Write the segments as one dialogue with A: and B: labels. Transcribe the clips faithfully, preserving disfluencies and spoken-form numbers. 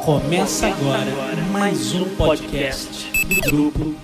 A: Começa agora mais um podcast do grupo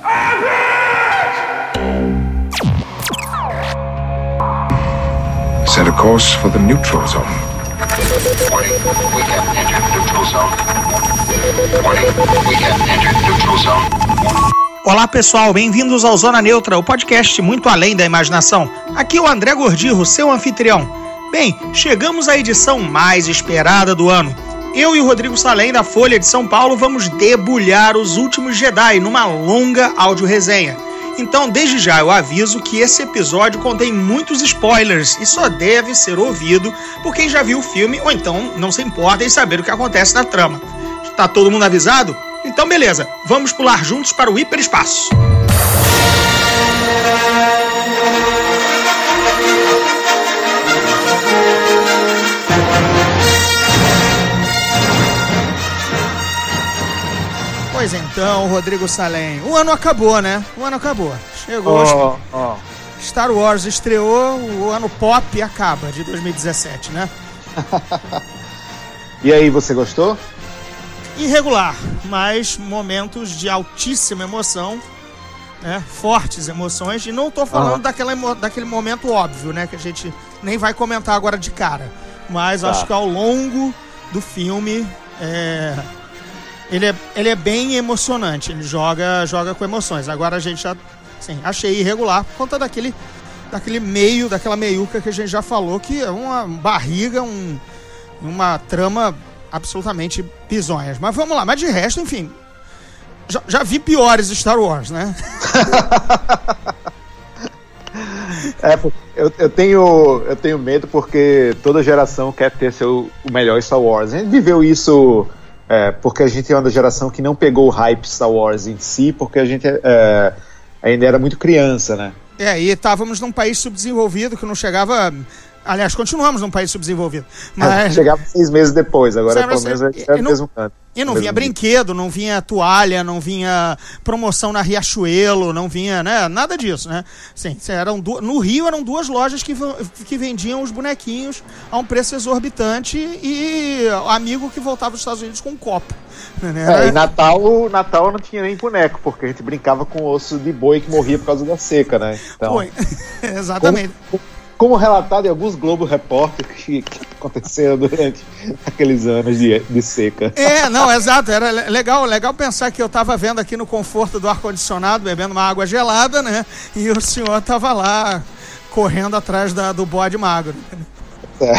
B: Set a course for the neutral zone.
C: Warning, we have entered neutral zone. Warning, we have entered neutral zone.
D: Olá pessoal, bem-vindos ao Zona Neutra, o podcast muito além da imaginação. Aqui é o André Gordirro, seu anfitrião. Bem, chegamos à edição mais esperada do ano. Eu e o Rodrigo Salem, da Folha de São Paulo, vamos debulhar os últimos Jedi numa longa áudio-resenha. Então, desde já eu aviso que esse episódio contém muitos spoilers e só deve ser ouvido por quem já viu o filme ou então não se importa em saber o que acontece na trama. Tá todo mundo avisado? Então beleza, vamos pular juntos para o hiperespaço. Pois então, Rodrigo Salem, o ano acabou, né? O ano acabou. Chegou.
E: Oh, oh.
D: Star Wars estreou, o ano pop acaba de dois mil e dezessete, né?
E: E aí, você gostou?
D: Irregular, mas momentos de altíssima emoção, né? Fortes emoções, e não tô falando
E: Uhum.
D: daquela, emo- daquele momento óbvio, né? Que a gente nem vai comentar agora de cara, mas
E: Tá.
D: acho que ao longo do filme é, ele, é, ele é bem emocionante, ele joga, joga com emoções. Agora a gente já, assim, achei irregular por conta daquele, daquele meio, daquela meiuca que a gente já falou, que é uma barriga, um, uma trama absolutamente bizonhas. Mas vamos lá, mas de resto, enfim, já, já vi piores Star Wars, né?
E: É, eu, eu, tenho, eu tenho medo porque toda geração quer ter seu, o melhor Star Wars. A gente viveu isso é, porque a gente é uma geração que não pegou o hype Star Wars em si, porque a gente é, ainda era muito criança, né?
D: É, e estávamos num país subdesenvolvido que não chegava... Aliás, continuamos num país subdesenvolvido. Mas...
E: Chegava seis meses depois, agora
D: Sabe,
E: pelo menos
D: você-
E: é
D: e
E: no
D: não-
E: mesmo canto.
D: E não
E: no
D: vinha
E: mesmo
D: brinquedo, não vinha toalha, não vinha promoção na Riachuelo, não vinha, né? Nada disso, né? Sim, eram du... No Rio eram duas lojas que, v- que vendiam os bonequinhos a um preço exorbitante e amigo que voltava dos Estados Unidos com um copo. Né?
E: É, e Natal, Natal não tinha nem boneco, porque a gente brincava com osso de boi que morria por causa da seca, né? Então,
D: Foi. Exatamente.
E: Como, como relatado em alguns Globo Repórter que, que aconteceram durante aqueles anos de, de seca.
D: É, não, exato. Era legal, legal pensar que eu estava vendo aqui no conforto do ar-condicionado, bebendo uma água gelada, né? E o senhor estava lá correndo atrás da, do bode magro.
E: É.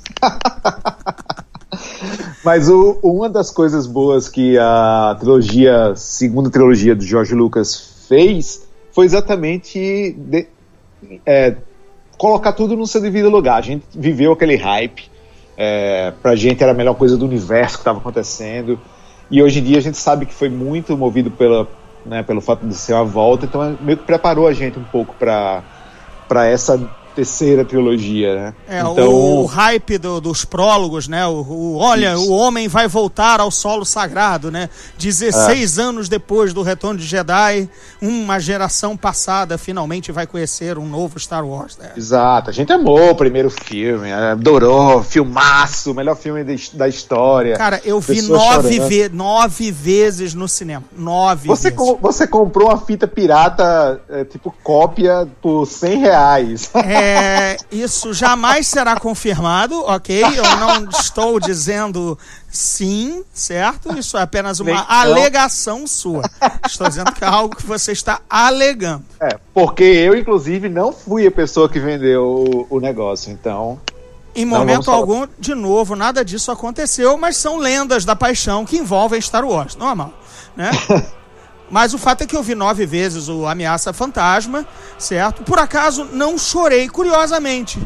E: Mas o, uma das coisas boas que a trilogia, segunda trilogia do George Lucas fez foi exatamente de, é, colocar tudo no seu devido lugar. A gente viveu aquele hype, é, pra gente era a melhor coisa do universo que estava acontecendo, e hoje em dia a gente sabe que foi muito movido pela, né, pelo fato de ser uma volta, então meio que preparou a gente um pouco para para essa terceira trilogia, né?
D: É,
E: então,
D: o, o hype do, dos prólogos, né? O, o, olha,
E: Isso.
D: o homem vai voltar ao solo sagrado, né? dezesseis é. anos depois do Retorno de Jedi, uma geração passada finalmente vai conhecer um novo Star Wars, né?
E: Exato, a gente amou o primeiro filme, adorou, filmaço, melhor filme de, da história.
D: Cara, eu vi
E: Pessoas
D: nove,
E: chorando.
D: ve- nove vezes no cinema. Nove
E: Você,
D: vezes.
E: com- você comprou uma fita pirata, é, tipo cópia, por cem reais.
D: É, isso jamais será confirmado, ok? Eu não estou dizendo sim, certo? Isso é apenas uma
E: Nem não.
D: alegação sua. Estou dizendo que é algo que você está alegando.
E: É, porque eu, inclusive, não fui a pessoa que vendeu o, o negócio, então...
D: Em
E: Não,
D: momento
E: vamos falar.
D: algum, de novo, nada disso aconteceu, mas são lendas da paixão que envolvem Star Wars, normal, né? Mas o fato é que eu vi nove vezes o Ameaça Fantasma, certo? Por acaso não chorei, curiosamente.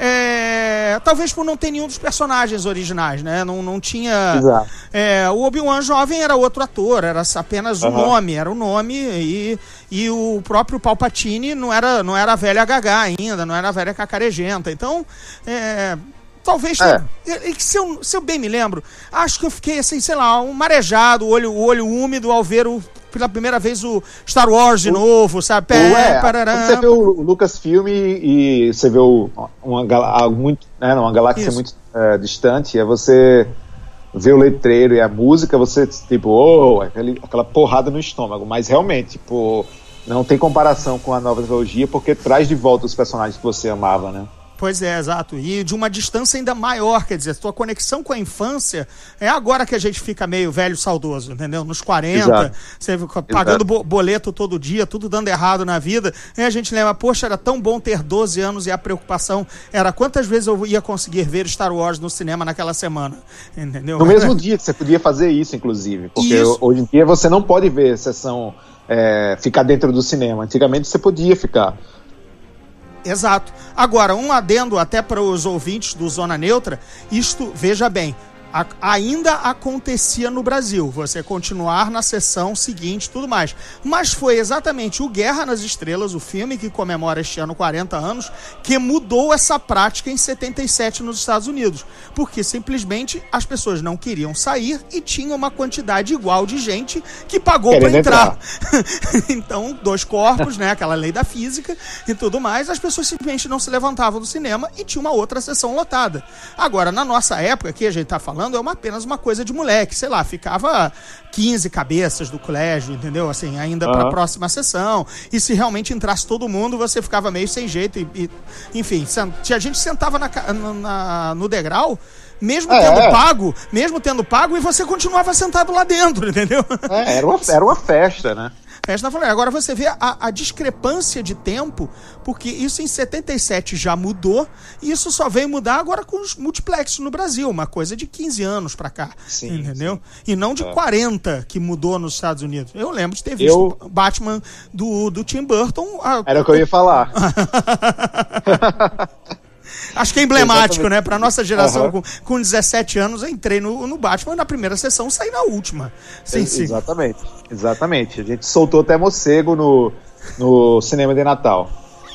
D: É, talvez por não ter nenhum dos personagens originais, né? Não, não tinha...
E: Exato.
D: É, o Obi-Wan jovem era outro ator, era apenas o
E: Uhum.
D: nome, era o nome, e, e o próprio Palpatine não era, não era a velha Gagá ainda, não era a velha cacarejenta. Então, é, talvez...
E: É.
D: e- e se, eu, se eu bem me lembro, acho que eu fiquei assim, sei lá, um marejado, o olho, o olho úmido ao ver o pela primeira vez o Star Wars de
E: o,
D: novo, sabe? Pé,
E: Ué,
D: parará,
E: quando você vê o Lucasfilm e você vê o, uma, galá- muito, né, uma galáxia
D: Isso.
E: muito é, distante, é você vê o letreiro e a música, você, tipo, oh, aquele, aquela porrada no estômago. Mas realmente, tipo, não tem comparação com a nova trilogia, porque traz de volta os personagens que você amava, né?
D: Pois é, exato. E de uma distância ainda maior, quer dizer, a tua conexão com a infância é agora que a gente fica meio velho saudoso, entendeu? Nos quarenta, exato. Você pagando exato. boleto todo dia, tudo dando errado na vida, e a gente lembra, poxa, era tão bom ter doze anos e a preocupação era quantas vezes eu ia conseguir ver Star Wars no cinema naquela semana, entendeu?
E: No mesmo dia que você podia fazer isso, inclusive, porque isso. Hoje em dia você não pode ver sessão, é, ficar dentro do cinema. Antigamente você podia ficar.
D: Exato. Agora, um adendo até para os ouvintes do Zona Neutra, isto, veja bem, a, ainda acontecia no Brasil, você continuar na sessão seguinte, tudo mais. Mas foi exatamente o Guerra nas Estrelas, o filme que comemora este ano quarenta anos, que mudou essa prática em setenta e sete nos Estados Unidos. Porque simplesmente as pessoas não queriam sair e tinha uma quantidade igual de gente que pagou para entrar. entrar. Então, dois corpos, né, aquela lei da física e tudo mais, as pessoas simplesmente não se levantavam do cinema e tinha uma outra sessão lotada. Agora, na nossa época, que a gente tá falando, é uma, apenas uma coisa de moleque, sei lá, ficava quinze cabeças do colégio, entendeu? Assim, ainda uhum. para a próxima sessão, e se realmente entrasse todo mundo, você ficava meio sem jeito, e, e enfim, se a gente sentava na, na, no degrau, mesmo é, tendo é. pago, mesmo tendo pago, e você continuava sentado lá dentro, entendeu?
E: É, era uma, era uma festa, né?
D: Festa na Agora você vê a, a discrepância de tempo, porque isso em setenta e sete já mudou, e isso só veio mudar agora com os multiplexos no Brasil, uma coisa de quinze anos pra cá, sim, entendeu? Sim. E não de é. quarenta que mudou nos Estados Unidos. Eu lembro de ter visto eu... Batman do, do Tim Burton. A...
E: Era o que eu ia falar.
D: Acho que é emblemático, exatamente. Né? Pra nossa geração, uhum. com, com dezessete anos, eu entrei no, no Batman na primeira sessão, saí na última. Sim,
E: é,
D: sim.
E: Exatamente, exatamente. A gente soltou até morcego no, no cinema de Natal.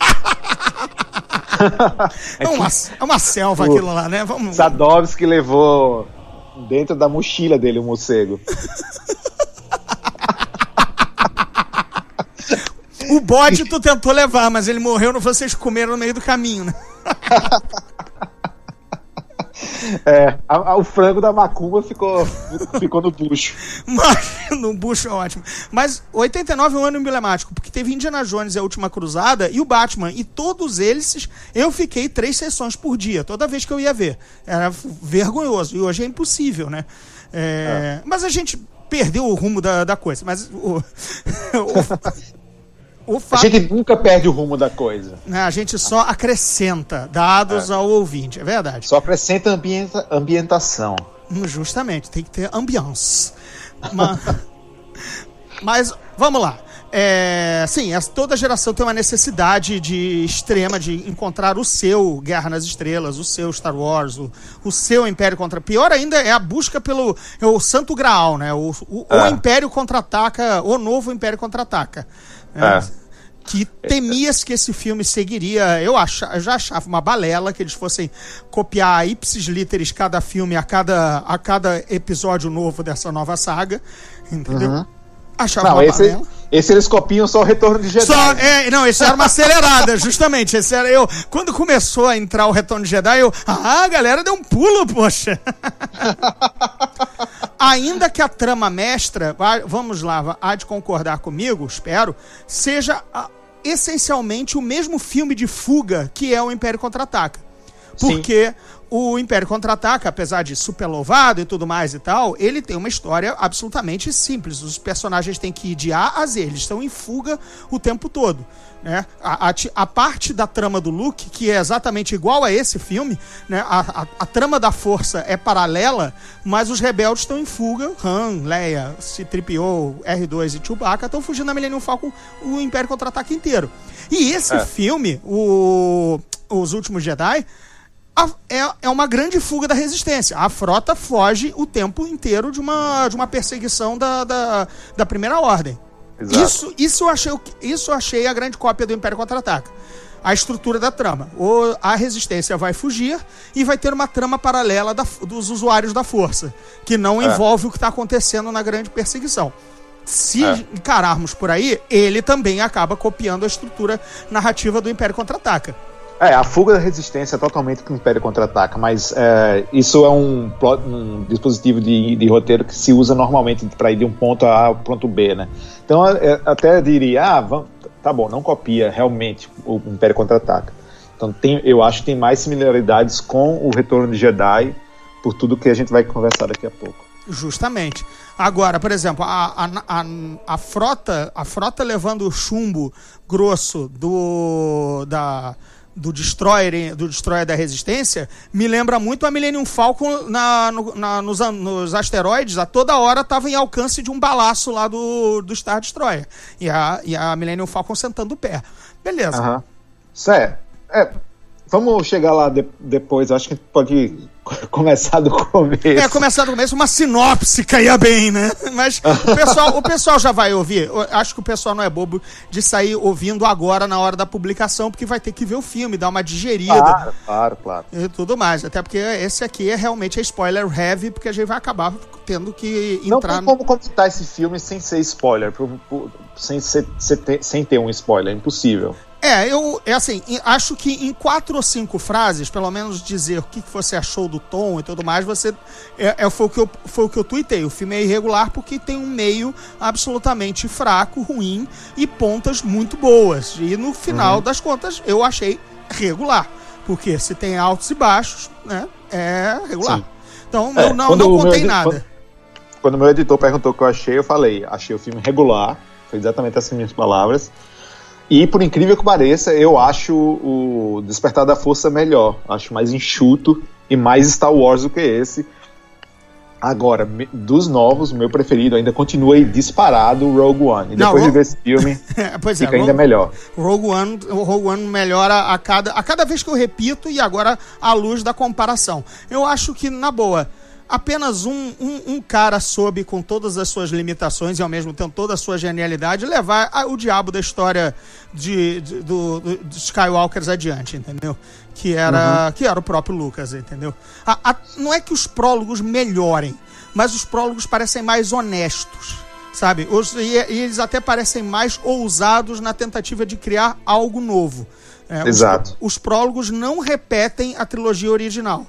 D: É uma, é uma selva o aquilo lá, né? Vamos...
E: Sadovski levou dentro da mochila dele um morcego.
D: O bode tu tentou levar, mas ele morreu, vocês comeram no meio do caminho, né?
E: É, a, a, o frango da macumba ficou, ficou no bucho.
D: Mas, no bucho é ótimo. Mas oitenta e nove é um ano emblemático, porque teve Indiana Jones e a Última Cruzada e o Batman, e todos eles eu fiquei três sessões por dia, toda vez que eu ia ver. Era vergonhoso, e hoje é impossível, né? É, é. Mas a gente perdeu o rumo da, da coisa. Mas o... o O fato...
E: A gente nunca perde o rumo da coisa.
D: A gente só acrescenta dados é. ao ouvinte, é verdade.
E: Só acrescenta ambienta... ambientação.
D: Justamente, tem que ter ambiance. Mas, Mas vamos lá. É, sim, toda geração tem uma necessidade de extrema de encontrar o seu Guerra nas Estrelas, o seu Star Wars, o, o seu Império Contra... Pior ainda é a busca pelo é o Santo Graal, né? O, o, é. o Império Contra-Ataca, o novo Império Contra-Ataca. É. É. Que temia-se que esse filme seguiria. Eu, achava, eu já achava uma balela que eles fossem copiar ipsis literis cada filme a cada, a cada episódio novo dessa nova saga, entendeu? Uhum. Achava
E: não,
D: uma
E: esse,
D: balela.
E: Esse eles copiam só o Retorno de Jedi.
D: Só, é, não, esse era uma acelerada, justamente. Esse era eu. Quando começou a entrar o Retorno de Jedi, eu. Ah, a galera deu um pulo, poxa. Ainda que a trama mestra, vamos lá, há de concordar comigo, espero, seja a, essencialmente o mesmo filme de fuga que é o Império Contra-Ataca. Porque sim, o Império Contra-Ataca, apesar de super louvado e tudo mais e tal, ele tem uma história absolutamente simples. Os personagens têm que ir de A a Z, eles estão em fuga o tempo todo, né? A, a, a parte da trama do Luke, que é exatamente igual a esse filme, né? a, a, a trama da Força é paralela, mas os rebeldes estão em fuga. Han, Leia, C três P O, R dois e Chewbacca estão fugindo da Millennium Falcon, o Império Contra-Ataca inteiro. E esse é. filme, o, Os Últimos Jedi, É, é uma grande fuga da resistência. A frota foge o tempo inteiro de uma, de uma perseguição da, da, da Primeira Ordem. Isso, isso, eu achei, isso eu achei a grande cópia do Império Contra-Ataca. A estrutura da trama. O, a resistência vai fugir e vai ter uma trama paralela da, dos usuários da força, que não é. envolve o que está acontecendo na grande perseguição. Se é. encararmos por aí, ele também acaba copiando a estrutura narrativa do Império Contra-Ataca.
E: É, a fuga da resistência é totalmente que o Império Contra-Ataca, mas é, isso é um, plot, um dispositivo de, de roteiro que se usa normalmente para ir de um ponto A ao ponto B, né? Então eu até diria, ah, vamos, tá bom, não copia realmente o Império Contra-Ataca. Então tem, eu acho que tem mais similaridades com o Retorno de Jedi, por tudo que a gente vai conversar daqui a pouco.
D: Justamente. Agora, por exemplo, a, a, a, a frota a frota levando o chumbo grosso do da do Destroyer, do Destroyer da Resistência, me lembra muito a Millennium Falcon na, no, na, nos, nos asteroides, a toda hora estava em alcance de um balaço lá do, do Star Destroyer. E a, e a Millennium Falcon sentando o pé. Beleza.
E: Uhum. Isso é, é. Vamos chegar lá de, depois, acho que pode começar do começo.
D: É, começar do começo, uma sinopse caía bem, né? Mas o pessoal, o pessoal já vai ouvir. Eu acho que o pessoal não é bobo de sair ouvindo agora na hora da publicação, porque vai ter que ver o filme, dar uma digerida.
E: Claro, claro, claro.
D: E tudo mais. Até porque esse aqui é realmente é spoiler heavy, porque a gente vai acabar tendo que entrar...
E: Não tem como comentar esse filme sem ser spoiler, sem, ser, sem ter um spoiler, é impossível.
D: É, eu, é assim, acho que em quatro ou cinco frases, pelo menos dizer o que você achou do tom e tudo mais, você, é, é, foi, o que eu, foi o que eu tuitei. O filme é irregular porque tem um meio absolutamente fraco, ruim e pontas muito boas. E no final uhum. das contas, eu achei regular. Porque se tem altos e baixos, né, é regular. Sim. Então, é, eu não, não contei editor, nada.
E: Quando o meu editor perguntou o que eu achei, eu falei, achei o filme regular. Foi exatamente essas minhas palavras. E, por incrível que pareça, eu acho o Despertar da Força melhor. Acho mais enxuto e mais Star Wars do que esse. Agora, dos novos, o meu preferido ainda continua disparado, o Rogue One. E
D: Não,
E: depois
D: Rogue...
E: de ver esse filme,
D: pois
E: fica
D: é,
E: ainda
D: Rogue...
E: melhor.
D: O Rogue One, o Rogue One melhora a cada, a cada vez que eu repito e agora à luz da comparação. Eu acho que, na boa... Apenas um, um, um cara soube, com todas as suas limitações e ao mesmo tempo toda a sua genialidade, levar a, o diabo da história de, de, do, do, dos Skywalkers adiante, entendeu? Que era, uhum. que era o próprio Lucas, entendeu? A, a, não é que os prólogos melhorem, mas os prólogos parecem mais honestos, sabe? Os, e, e eles até parecem mais ousados na tentativa de criar algo novo. É,
E: Exato.
D: Os, os prólogos não repetem a trilogia original.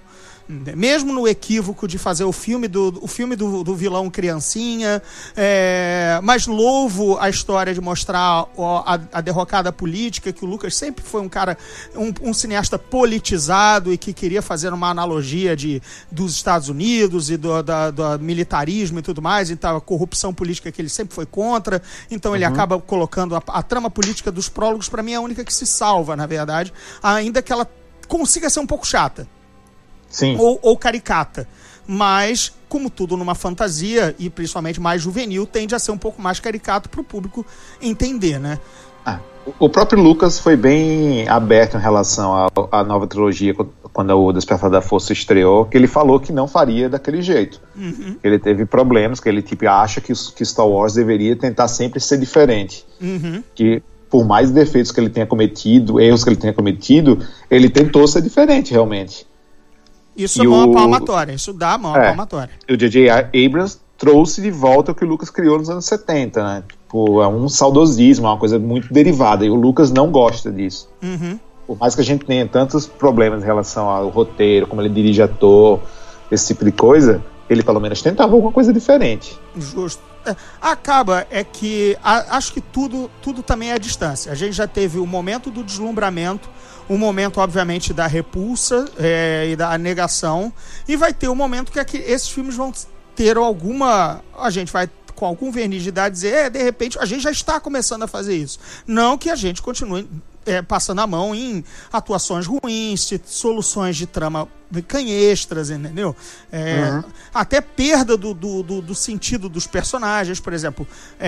D: Mesmo no equívoco de fazer o filme do, o filme do, do vilão criancinha, é, mas louvo a história de mostrar a, a derrocada política, que o Lucas sempre foi um cara, um, um cineasta politizado e que queria fazer uma analogia de, dos Estados Unidos e do, da, do militarismo e tudo mais, então a corrupção política que ele sempre foi contra, então ele uhum. acaba colocando a, a trama política dos prólogos, para mim é a única que se salva, na verdade, ainda que ela consiga ser um pouco chata.
E: Sim.
D: Ou, ou caricata. Mas, como tudo numa fantasia, e principalmente mais juvenil, tende a ser um pouco mais caricato para o público entender, né?
E: Ah, o próprio Lucas foi bem aberto em relação à nova trilogia, quando o Despertar da Força estreou, que ele falou que não faria daquele jeito. Uhum. Ele teve problemas, que ele tipo, acha que, que Star Wars deveria tentar sempre ser diferente. Uhum. Que... por mais defeitos que ele tenha cometido, erros que ele tenha cometido, ele tentou ser diferente, realmente.
D: Isso
E: e
D: é mão
E: o...
D: a palmatória, isso dá mão
E: é,
D: a palmatória.
E: O J J Abrams trouxe de volta o que o Lucas criou nos anos setenta, né? Tipo, é um saudosismo, é uma coisa muito derivada, e o Lucas não gosta disso. Uhum. Por mais que a gente tenha tantos problemas em relação ao roteiro, como ele dirige ator, esse tipo de coisa, ele pelo menos tentava alguma coisa diferente.
D: Justo. É, acaba é que a, acho que tudo, tudo também é a distância. A gente já teve o momento do deslumbramento, o momento, obviamente, da repulsa é, e da negação, e vai ter o momento que aqui, esses filmes vão ter alguma... A gente vai, com algum verniz de idade, dizer, é, de repente, a gente já está começando a fazer isso. Não que a gente continue é, passando a mão em atuações ruins, soluções de trama canhestras, entendeu? É, uhum. Até perda do, do, do, do sentido dos personagens, por exemplo,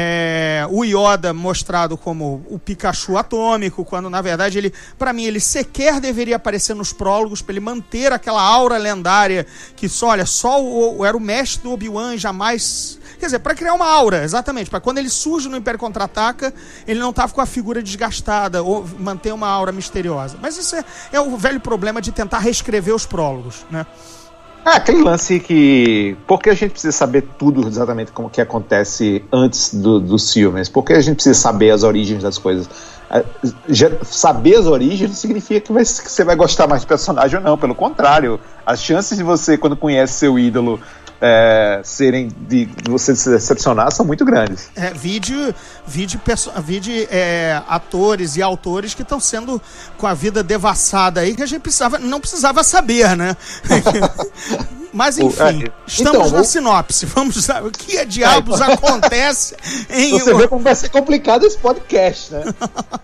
D: é, o Yoda mostrado como o Pikachu atômico, quando na verdade ele, para mim, ele sequer deveria aparecer nos prólogos, para ele manter aquela aura lendária que só, olha, só o, era o mestre do Obi-Wan, jamais... Quer dizer, para criar uma aura, exatamente, para quando ele surge no Império Contra-Ataca, ele não tava com a figura desgastada, ou manter uma aura misteriosa. Mas isso é, é o velho problema de tentar reescrever os prólogos, né?
E: É aquele lance que... Por que a gente precisa saber tudo exatamente como que acontece antes do, dos filmes? Por que a gente precisa saber as origens das coisas? saber as origens não significa que, vai, que você vai gostar mais do personagem ou não, pelo contrário, as chances de você, quando conhece seu ídolo, é, serem de, de você se decepcionar são muito grandes.
D: É, vide, vide, vide é, atores e autores que estão sendo com a vida devassada aí, que a gente precisava, não precisava saber, né? Mas enfim, é, estamos então, na sinopse. Vamos saber o que a diabos é, acontece em...
E: Você vê como vai ser complicado esse podcast, né?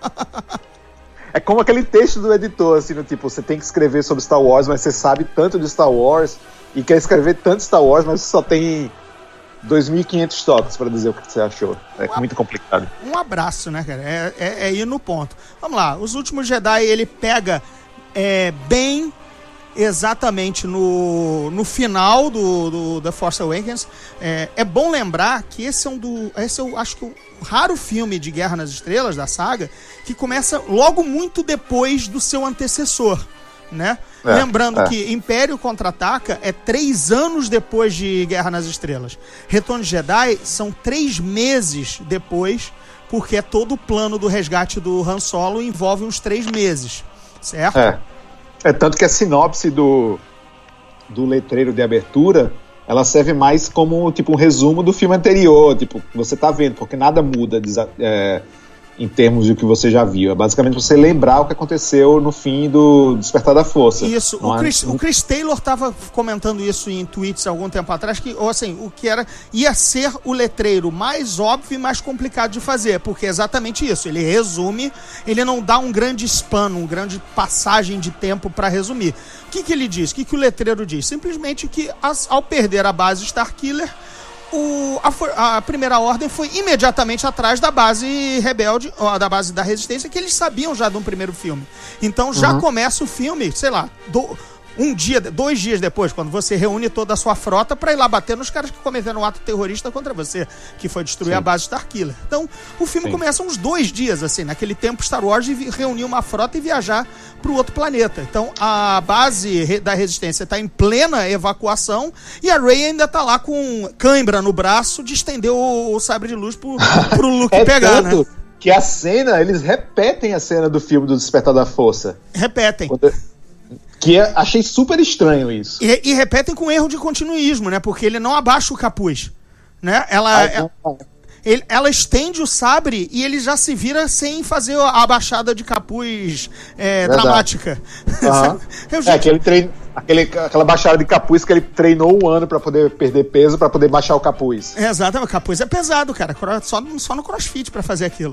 E: É como aquele texto do editor, assim, no tipo, você tem que escrever sobre Star Wars, mas você sabe tanto de Star Wars e quer escrever tanto Star Wars, mas você só tem dois mil e quinhentos toques para dizer o que você achou. É um muito complicado.
D: Um abraço, né, cara? É, é, é ir no ponto. Vamos lá, Os Últimos Jedi, ele pega é, bem... exatamente no, no final do, do The Force Awakens. É, é bom lembrar que esse é um do. Esse é o, acho que um raro filme de Guerra nas Estrelas da saga que começa logo muito depois do seu antecessor, né? É, Lembrando é. que Império Contra-Ataca é três anos depois de Guerra nas Estrelas. Retorno de Jedi são três meses depois, porque é todo o plano do resgate do Han Solo envolve uns três meses, certo?
E: É. É tanto que a sinopse do, do letreiro de abertura, ela serve mais como tipo um resumo do filme anterior, tipo, você tá vendo, porque nada muda é, em termos de o que você já viu. É basicamente você lembrar o que aconteceu no fim do Despertar da Força.
D: Isso, o Chris, é... o Chris Taylor tava comentando isso em tweets há algum tempo atrás, que assim, o que era, ia ser o letreiro mais óbvio e mais complicado de fazer, porque é exatamente isso, ele resume, ele não dá um grande span, um grande passagem de tempo para resumir. O que que ele diz? O que que o letreiro diz? Simplesmente que as, ao perder a base Starkiller, O, a, a primeira ordem foi imediatamente atrás da base rebelde, da base da resistência, que eles sabiam já do primeiro filme. Então já uhum. começa o filme, sei lá, do, um dia, dois dias depois, quando você reúne toda a sua frota para ir lá bater nos caras que cometeram um ato terrorista contra você, que foi destruir Sim. a base Starkiller. Então o filme Sim. começa uns dois dias, assim, naquele tempo Star Wars de reunir uma frota e viajar para o outro planeta. Então a base da resistência está em plena evacuação e a Rey ainda está lá com cãibra no braço de estender o, o sabre de luz pro, pro Luke
E: é
D: pegar,
E: tanto
D: né?
E: Que a cena, eles repetem a cena do filme do Despertar da Força.
D: Repetem.
E: Quando... Que é, achei super estranho isso.
D: E, e repetem com erro de continuismo, né? Porque ele não abaixa o capuz, né? Ela...
E: Ah,
D: é... Ele, ela estende o sabre e ele já se vira sem fazer a abaixada de capuz é, dramática.
E: Uhum. Eu, gente... É, aquele treino, aquele, aquela baixada de capuz que ele treinou um ano pra poder perder peso, pra poder baixar o capuz.
D: É, exatamente, o capuz é pesado, cara. Só, só no CrossFit pra fazer aquilo.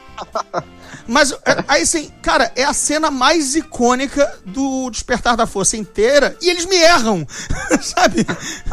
D: Mas, aí assim, cara, é a cena mais icônica do Despertar da Força inteira e eles me erram, sabe?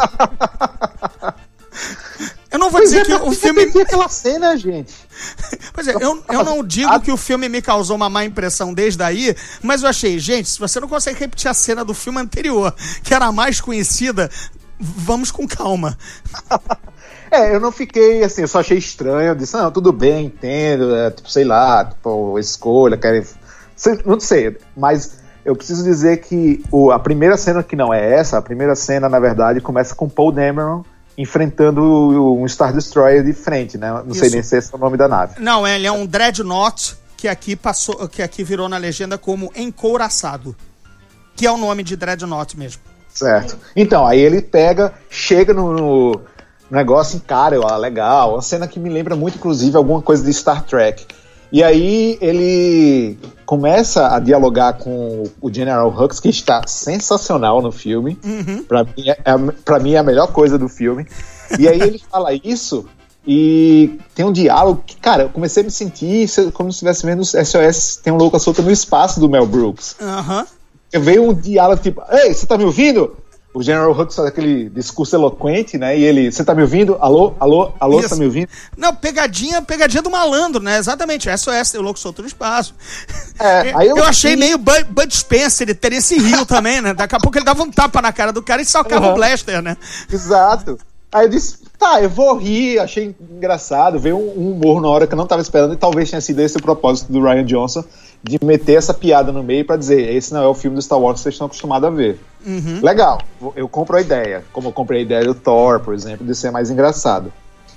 D: Eu não vou pois dizer é, que o filme...
E: aquela cena, gente.
D: Pois é, eu, eu não digo que o filme me causou uma má impressão desde aí, mas eu achei, gente, se você não consegue repetir a cena do filme anterior, que era a mais conhecida, vamos com calma.
E: É, eu não fiquei assim, eu só achei estranho, eu disse, não, tudo bem, entendo, é, tipo, sei lá, tipo, escolha, querem... Não sei, mas... Eu preciso dizer que o, a primeira cena que não é essa, a primeira cena, na verdade, começa com Paul Dameron enfrentando um Star Destroyer de frente, né? Não Isso. sei nem se esse é o nome da nave.
D: Não, ele é um Dreadnought que aqui passou, que aqui virou na legenda como Encouraçado, que é o nome de Dreadnought mesmo.
E: Certo. Então, aí ele pega, chega no, no negócio, encara, ó, legal, uma cena que me lembra muito, inclusive, alguma coisa de Star Trek. E aí ele começa a dialogar com o General Hux, que está sensacional no filme. Uhum. Pra mim é, é, pra mim é a melhor coisa do filme. E aí ele fala isso e tem um diálogo que, cara, eu comecei a me sentir como se estivesse vendo S O S Tem um Louca Solta no Espaço do Mel Brooks.
D: Uhum.
E: Veio um diálogo tipo, ei, você tá me ouvindo? O General Hux faz aquele discurso eloquente, né? E ele, você tá me ouvindo? Alô, alô, alô, Isso. Você tá me ouvindo?
D: Não, pegadinha, pegadinha do malandro, né? Exatamente, S O S, Tem o Louco Solto no Espaço.
E: É, aí eu,
D: eu achei meio Bud, Bud Spencer, ele teria esse rio também, né? Daqui a pouco ele dava um tapa na cara do cara e socava o uhum. blaster, né?
E: Exato. Aí eu disse, tá, eu vou rir, achei engraçado, veio um, um humor na hora que eu não tava esperando e talvez tenha sido esse o propósito do Rian Johnson, de meter essa piada no meio pra dizer, esse não é o filme do Star Wars que vocês estão acostumados a ver.
D: Uhum.
E: Legal, eu compro a ideia, como eu comprei a ideia do Thor, por exemplo, de ser mais engraçado.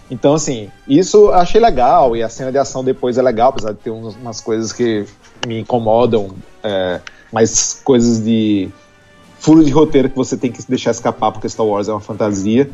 E: Então, assim, isso eu achei legal, e a cena de ação depois é legal, apesar de ter uns, umas coisas que me incomodam, é, mas coisas de furo de roteiro que você tem que deixar escapar, porque Star Wars é uma fantasia,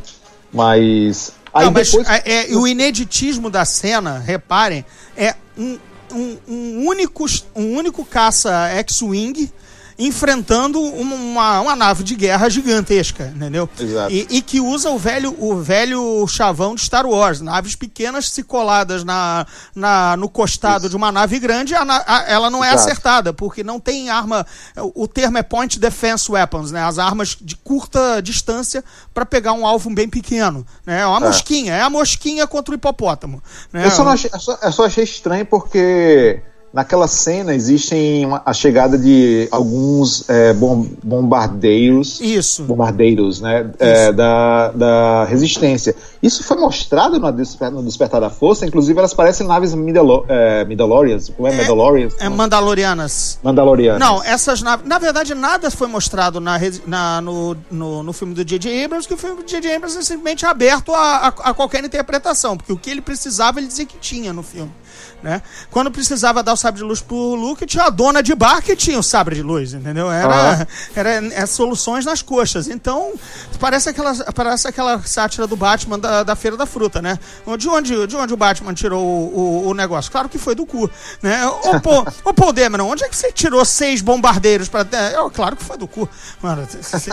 E: mas... Aí
D: Não, mas
E: depois...
D: é, é, o ineditismo da cena, reparem, é um, um, um, único, um único caça X-Wing enfrentando uma, uma nave de guerra gigantesca, entendeu?
E: Exato.
D: E, e que usa o velho, o velho chavão de Star Wars, naves pequenas se coladas na, na, no costado Isso. de uma nave grande, a, a, ela não é Exato. acertada, porque não tem arma, o termo é Point Defense Weapons, né? As armas de curta distância para pegar um alvo bem pequeno, né? É uma é. mosquinha, é a mosquinha contra o hipopótamo. Né?
E: Eu, só não achei, eu, só, eu só achei estranho porque... Naquela cena existem uma, a chegada de alguns é, bom, bombardeiros,
D: Isso.
E: bombardeiros, né, é, da, da resistência. Isso foi mostrado no, desper, no Despertar da Força, inclusive elas parecem naves Midalo, é, Midalorians, como é, é Mandalorians?
D: É Mandalorianas.
E: Mandalorianas.
D: Não, essas naves, na verdade nada foi mostrado na, na, no, no, no filme do J J Abrams, que o filme do J J Abrams é simplesmente aberto a, a, a qualquer interpretação, porque o que ele precisava ele dizia que tinha no filme. Né? Quando precisava dar o sabre de luz pro Luke, tinha a dona de bar que tinha o sabre de luz, entendeu? Era, ah. era, era soluções nas coxas. Então, parece aquela, parece aquela sátira do Batman da, da Feira da Fruta, né? De onde, de onde o Batman tirou o, o, o negócio? Claro que foi do cu, né? Ô, Paul, ô Paul Dameron, onde é que você tirou seis bombardeiros pra... É, claro que foi do cu. Mano, você...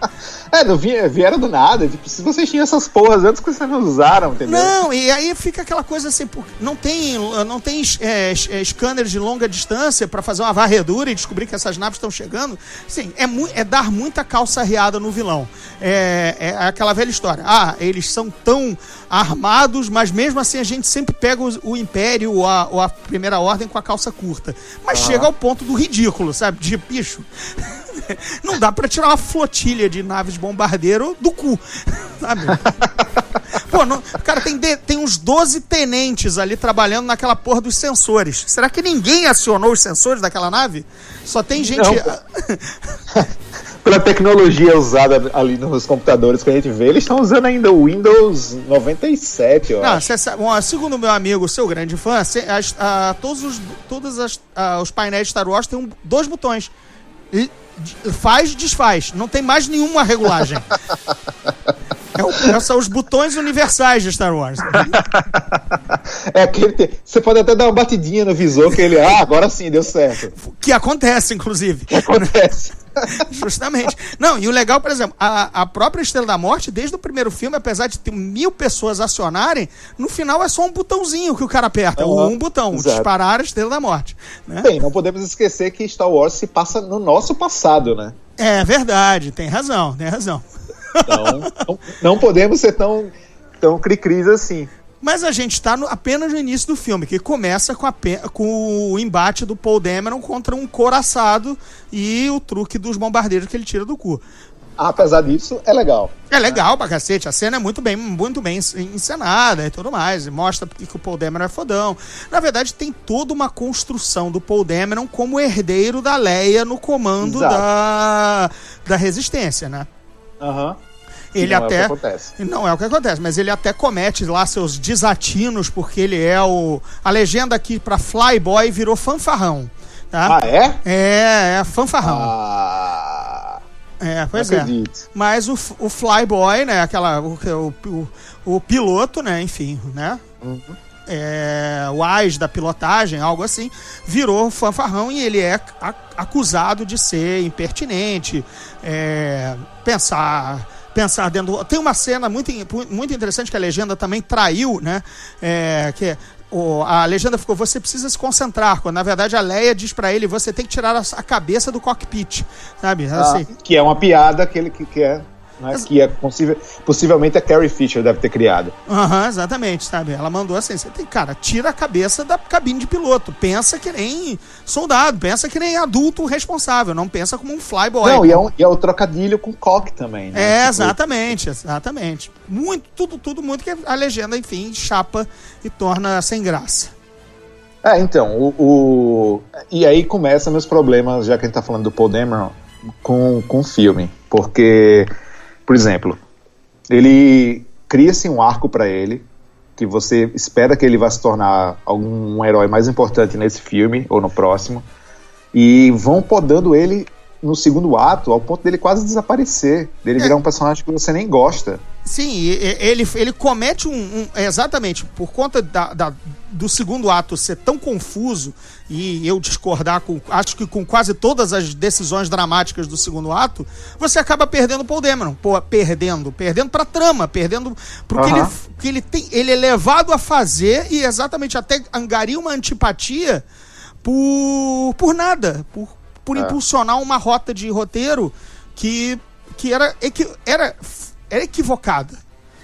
E: é, não vieram do nada. Tipo, se vocês tinham essas porras antes, que vocês não usaram, entendeu?
D: Não, e aí fica aquela coisa assim, não tem... Não tem é, é, scanner de longa distância para fazer uma varredura e descobrir que essas naves estão chegando. Sim, é, mu- é dar muita calça riada no vilão. É, é aquela velha história. Ah, eles são tão armados, mas mesmo assim a gente sempre pega o, o Império ou a, ou a Primeira Ordem com a calça curta. Mas ah. chega ao ponto do ridículo, sabe? De bicho. Não dá pra tirar uma flotilha de naves bombardeiro do cu, sabe? Pô, não, cara, tem, de, tem uns doze tenentes ali trabalhando naquela porra dos sensores. Será que ninguém acionou os sensores daquela nave? Só tem gente...
E: Pela tecnologia usada ali nos computadores que a gente vê, eles estão usando ainda o Windows noventa e sete, eu
D: não,
E: acho.
D: Cê sabe, bom, segundo o meu amigo, seu grande fã, cê, as, a, todos, os, todos as, a, os painéis de Star Wars têm um, dois botões. E, faz, desfaz. Não tem mais nenhuma regulagem. É o, são os botões universais de Star Wars.
E: É aquele. Você pode até dar uma batidinha no visor que ele. Ah, agora sim, deu certo.
D: Que acontece, inclusive.
E: Que acontece.
D: Justamente. Não, e o legal, por exemplo, a, a própria Estrela da Morte, desde o primeiro filme, apesar de ter mil pessoas acionarem, no final é só um botãozinho que o cara aperta. Uhum, um botão, exato. Disparar a Estrela da Morte. Né?
E: Bem, não podemos esquecer que Star Wars se passa no nosso passado, né?
D: É verdade, tem razão, tem razão.
E: Então, não, não podemos ser tão, tão cri-cris assim.
D: Mas a gente está apenas no início do filme, que começa com, a, com o embate do Paul Dameron contra um couraçado e o truque dos bombardeiros que ele tira do cu.
E: Apesar disso, é legal.
D: É legal pra cacete. A cena é muito bem, muito bem encenada e tudo mais. Mostra porque que o Paul Dameron é fodão. Na verdade, tem toda uma construção do Paul Dameron como herdeiro da Leia no comando da, da Resistência, né?
E: Aham. Uhum.
D: Ele
E: não
D: até
E: é o que acontece.
D: Não é o que acontece, mas ele até comete lá seus desatinos, porque ele é o... A legenda aqui pra Flyboy virou fanfarrão. Tá?
E: Ah, é?
D: É, é fanfarrão.
E: Ah...
D: É, pois é. Mas o, o Flyboy, né, aquela, o, o, o, o piloto, né, enfim, né,
E: uhum.
D: é, o as da pilotagem, algo assim, virou fanfarrão e ele é a, acusado de ser impertinente, é, pensar... pensar dentro do... Tem uma cena muito, muito interessante que a legenda também traiu, né? É, que o, a legenda ficou, você precisa se concentrar, quando na verdade a Leia diz pra ele, você tem que tirar a, a cabeça do cockpit, sabe? Assim.
E: Ah, que é uma piada que ele que, que é... Né, que é possível, possivelmente a Carrie Fisher deve ter criado.
D: Aham, uhum, exatamente, sabe? Ela mandou assim, você tem, cara, tira a cabeça da cabine de piloto, pensa que nem soldado, pensa que nem adulto responsável, não pensa como um flyboy.
E: Não, e é, um, e é o trocadilho com coque também, né?
D: É,
E: tipo...
D: exatamente, exatamente. Muito, tudo, tudo muito que a legenda, enfim, chapa e torna sem graça.
E: É, então, o, o... e aí começam meus problemas, já que a gente tá falando do Paul Dameron, com, com o filme, porque... Por exemplo, ele cria-se um arco para ele, que você espera que ele vá se tornar algum herói mais importante nesse filme, ou no próximo, e vão podando ele no segundo ato, ao ponto dele quase desaparecer, dele virar um personagem que você nem gosta.
D: Sim, ele, ele comete um, um... Exatamente, por conta da, da, do segundo ato ser tão confuso, e eu discordar com... Acho que com quase todas as decisões dramáticas do segundo ato, você acaba perdendo o Paul Dameron. Pô, perdendo. Perdendo pra trama, perdendo... Porque uh-huh. ele, que ele, tem, ele é levado a fazer, e exatamente até angaria uma antipatia por, por nada, por, por é. impulsionar uma rota de roteiro que, que era, equi, era, era equivocada.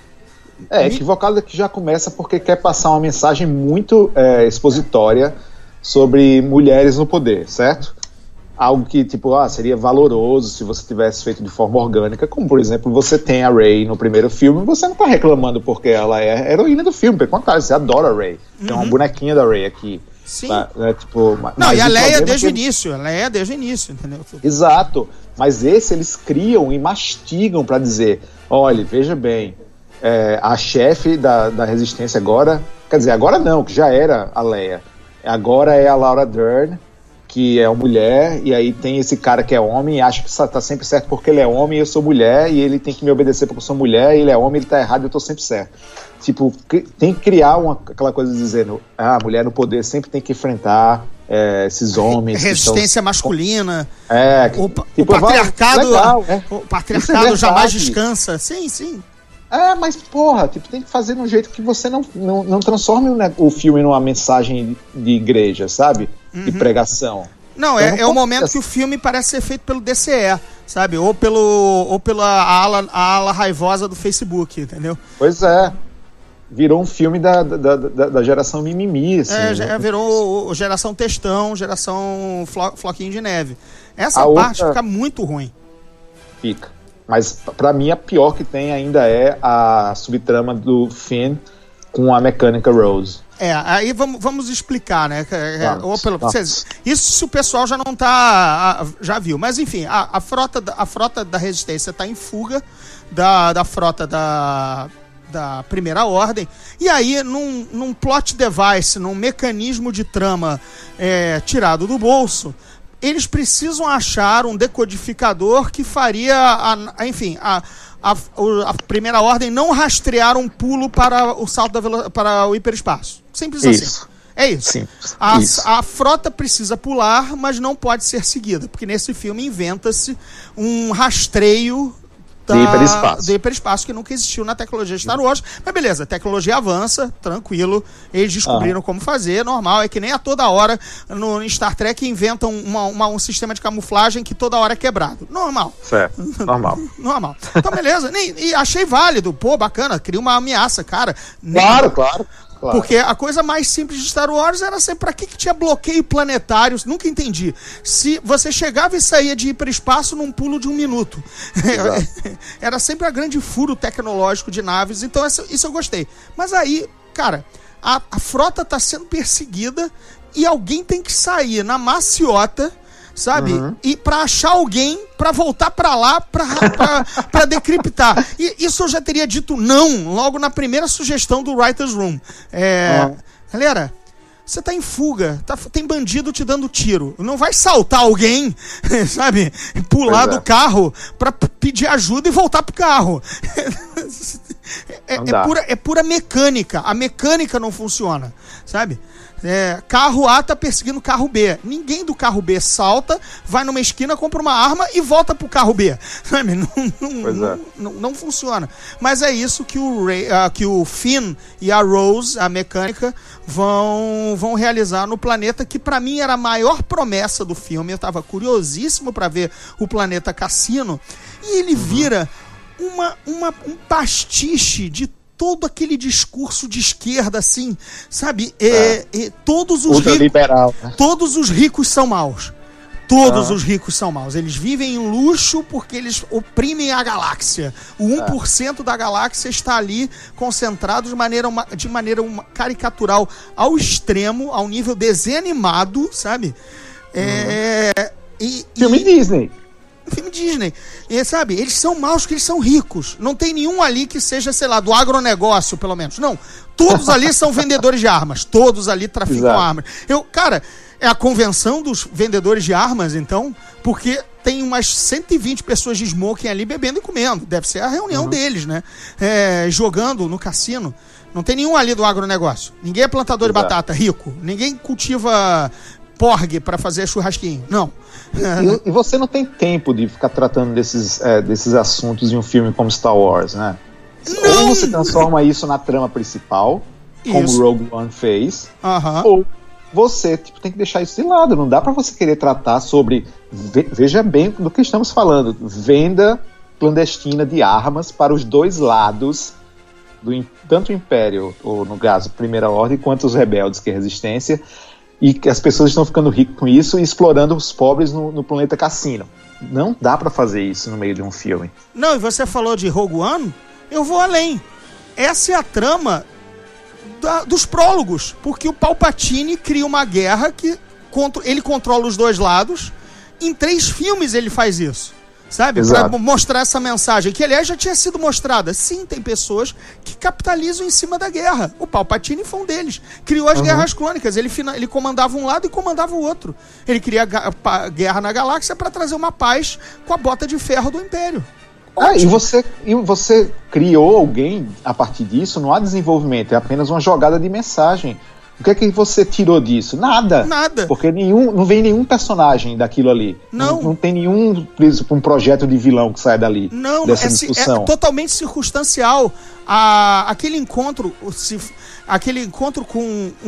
E: É, equivocada que já começa porque quer passar uma mensagem muito é, expositória sobre mulheres no poder, certo? Algo que, tipo, ah, seria valoroso se você tivesse feito de forma orgânica, como, por exemplo, você tem a Rey no primeiro filme, você não tá reclamando porque ela é a heroína do filme, pelo contrário, você adora a Rey. Uhum. Tem uma bonequinha da Rey aqui.
D: Sim.
E: Tá, é, tipo,
D: não, e a Leia desde o
E: é que...
D: início, a Leia desde o início, entendeu?
E: Exato, mas esse eles criam e mastigam pra dizer, olha, veja bem, é, a chefe da, da resistência agora, quer dizer, agora não, que já era a Leia, agora é a Laura Dern, que é uma mulher, e aí tem esse cara que é homem e acha que tá sempre certo porque ele é homem e eu sou mulher, e ele tem que me obedecer porque eu sou mulher, e ele é homem, ele tá errado e eu tô sempre certo. Tipo, tem que criar uma, aquela coisa dizendo, ah, a mulher no poder sempre tem que enfrentar é, esses homens.
D: Resistência
E: são...
D: masculina.
E: É,
D: o,
E: tipo,
D: o patriarcado,
E: legal, é.
D: o patriarcado
E: é
D: jamais descansa. Sim, sim.
E: É, mas porra, tipo, tem que fazer de um jeito que você não, não, não transforme o, o filme numa mensagem de igreja, sabe? Uhum. De pregação.
D: Não, é, não é o momento assim. Que o filme parece ser feito pelo D C E, sabe? Ou, pelo, ou pela ala, a ala raivosa do Facebook, entendeu?
E: Pois é. Virou um filme da, da, da, da geração mimimi, assim.
D: É,
E: né?
D: Virou geração textão, geração flo, floquinho de neve. Essa
E: a
D: parte
E: outra...
D: fica muito ruim.
E: Fica. Mas pra mim a pior que tem ainda é a subtrama do Finn com a mecânica Rose.
D: É, aí vamos, vamos explicar, né?
E: Vamos,
D: Ou pelo, vocês, isso se o pessoal já não tá... Já viu. Mas enfim, a, a, frota, a frota da Resistência tá em fuga da, da frota da... da Primeira Ordem, e aí num, num plot device, num mecanismo de trama é, tirado do bolso, eles precisam achar um decodificador que faria, a, a, enfim, a, a, a Primeira Ordem não rastrear um pulo para o salto da velo, para o hiperespaço. Simples
E: isso.
D: assim. É isso.
E: Sim,
D: a,
E: isso.
D: a frota precisa pular, mas não pode ser seguida, porque nesse filme inventa-se um rastreio Da,
E: de hiperespaço.
D: de hiperespaço que nunca existiu na tecnologia de Star Wars, mas beleza, a tecnologia avança, tranquilo, eles descobriram ah. como fazer, normal, é que nem a toda hora no Star Trek inventam uma, uma, um sistema de camuflagem que toda hora é quebrado, normal.
E: Certo, normal.
D: normal. Então beleza, nem, e achei válido, pô, bacana, cria uma ameaça, cara.
E: Claro,
D: nem,
E: claro. Claro.
D: Porque a coisa mais simples de Star Wars era sempre pra que, que tinha bloqueio planetário, nunca entendi. Se você chegava e saía de hiperespaço num pulo de um minuto. Era sempre a grande furo tecnológico de naves, então essa, isso eu gostei. Mas aí, cara, a, a frota tá sendo perseguida e alguém tem que sair na maciota, sabe? Uhum. E pra achar alguém pra voltar pra lá pra, pra, pra decriptar. E isso eu já teria dito não logo na primeira sugestão do Writer's Room. É, uhum. Galera, você tá em fuga, tá, tem bandido te dando tiro. Não vai saltar alguém, sabe? Pular pois do é. carro pra pedir ajuda e voltar pro carro. É, é, pura, é pura mecânica. A mecânica não funciona, sabe? É, carro A tá perseguindo carro B. Ninguém do carro B salta, vai numa esquina, compra uma arma e volta pro carro B. Sabe? Não, não,
E: pois
D: não,
E: é.
D: não, não funciona. Mas é isso que o, Ray, uh, que o Finn e a Rose, a mecânica, vão, vão realizar no planeta que pra mim era a maior promessa do filme. Eu tava curiosíssimo pra ver o planeta Cassino. E ele vira uma, uma, um pastiche de todo aquele discurso de esquerda, assim, sabe? É, é, todos os ricos,
E: liberal, né?
D: Todos os ricos são maus. Todos
E: ah.
D: os ricos são maus. Eles vivem em luxo porque eles oprimem a galáxia. O um por cento ah. da galáxia está ali concentrado de maneira, uma, de maneira uma, caricatural ao extremo, ao nível desenho animado, sabe? É,
E: hum.
D: e,
E: Filme
D: e...
E: Disney.
D: É filme Disney. E, sabe, eles são maus porque eles são ricos. Não tem nenhum ali que seja, sei lá, do agronegócio, pelo menos. Não. Todos ali são vendedores de armas. Todos ali traficam
E: Exato.
D: armas. Eu, cara, é a convenção dos vendedores de armas, então, porque tem umas cento e vinte pessoas de smoking ali bebendo e comendo. Deve ser a reunião uhum. deles, né? É, jogando no cassino. Não tem nenhum ali do agronegócio. Ninguém é plantador Exato. de batata, rico. Ninguém cultiva porgue para fazer churrasquinho. Não.
E: E, e você não tem tempo de ficar tratando desses, é, desses assuntos em um filme como Star Wars, né? Não. Ou você transforma isso na trama principal, como
D: isso.
E: Rogue One fez,
D: uhum.
E: ou você tipo, tem que deixar isso de lado. Não dá para você querer tratar sobre... Ve, veja bem do que estamos falando. Venda clandestina de armas para os dois lados, do, tanto o Império, ou no caso, Primeira Ordem, quanto os rebeldes, que é a Resistência, e que as pessoas estão ficando ricas com isso e explorando os pobres no, no planeta cassino. Não dá pra fazer isso no meio de um filme.
D: Não, e você falou de Rogue One, eu vou além. Essa é a trama da, dos prólogos, porque o Palpatine cria uma guerra que contro, ele controla os dois lados. Em três filmes ele faz isso. Sabe? Exato. Pra mostrar essa mensagem, que aliás já tinha sido mostrada. Sim, tem pessoas que capitalizam em cima da guerra. O Palpatine foi um deles. Criou as uhum. guerras clônicas. Ele, ele comandava um lado e comandava o outro. Ele queria a guerra na galáxia para trazer uma paz com a bota de ferro do Império.
E: Ah, e você, e você criou alguém a partir disso, não há desenvolvimento, é apenas uma jogada de mensagem. O que é que você tirou disso? Nada.
D: Nada.
E: Porque nenhum, não vem nenhum personagem daquilo ali.
D: Não.
E: Não, não tem nenhum um projeto de vilão que sai dali.
D: Não,
E: dessa
D: é,
E: discussão.
D: É totalmente circunstancial. A, aquele encontro, se, aquele encontro com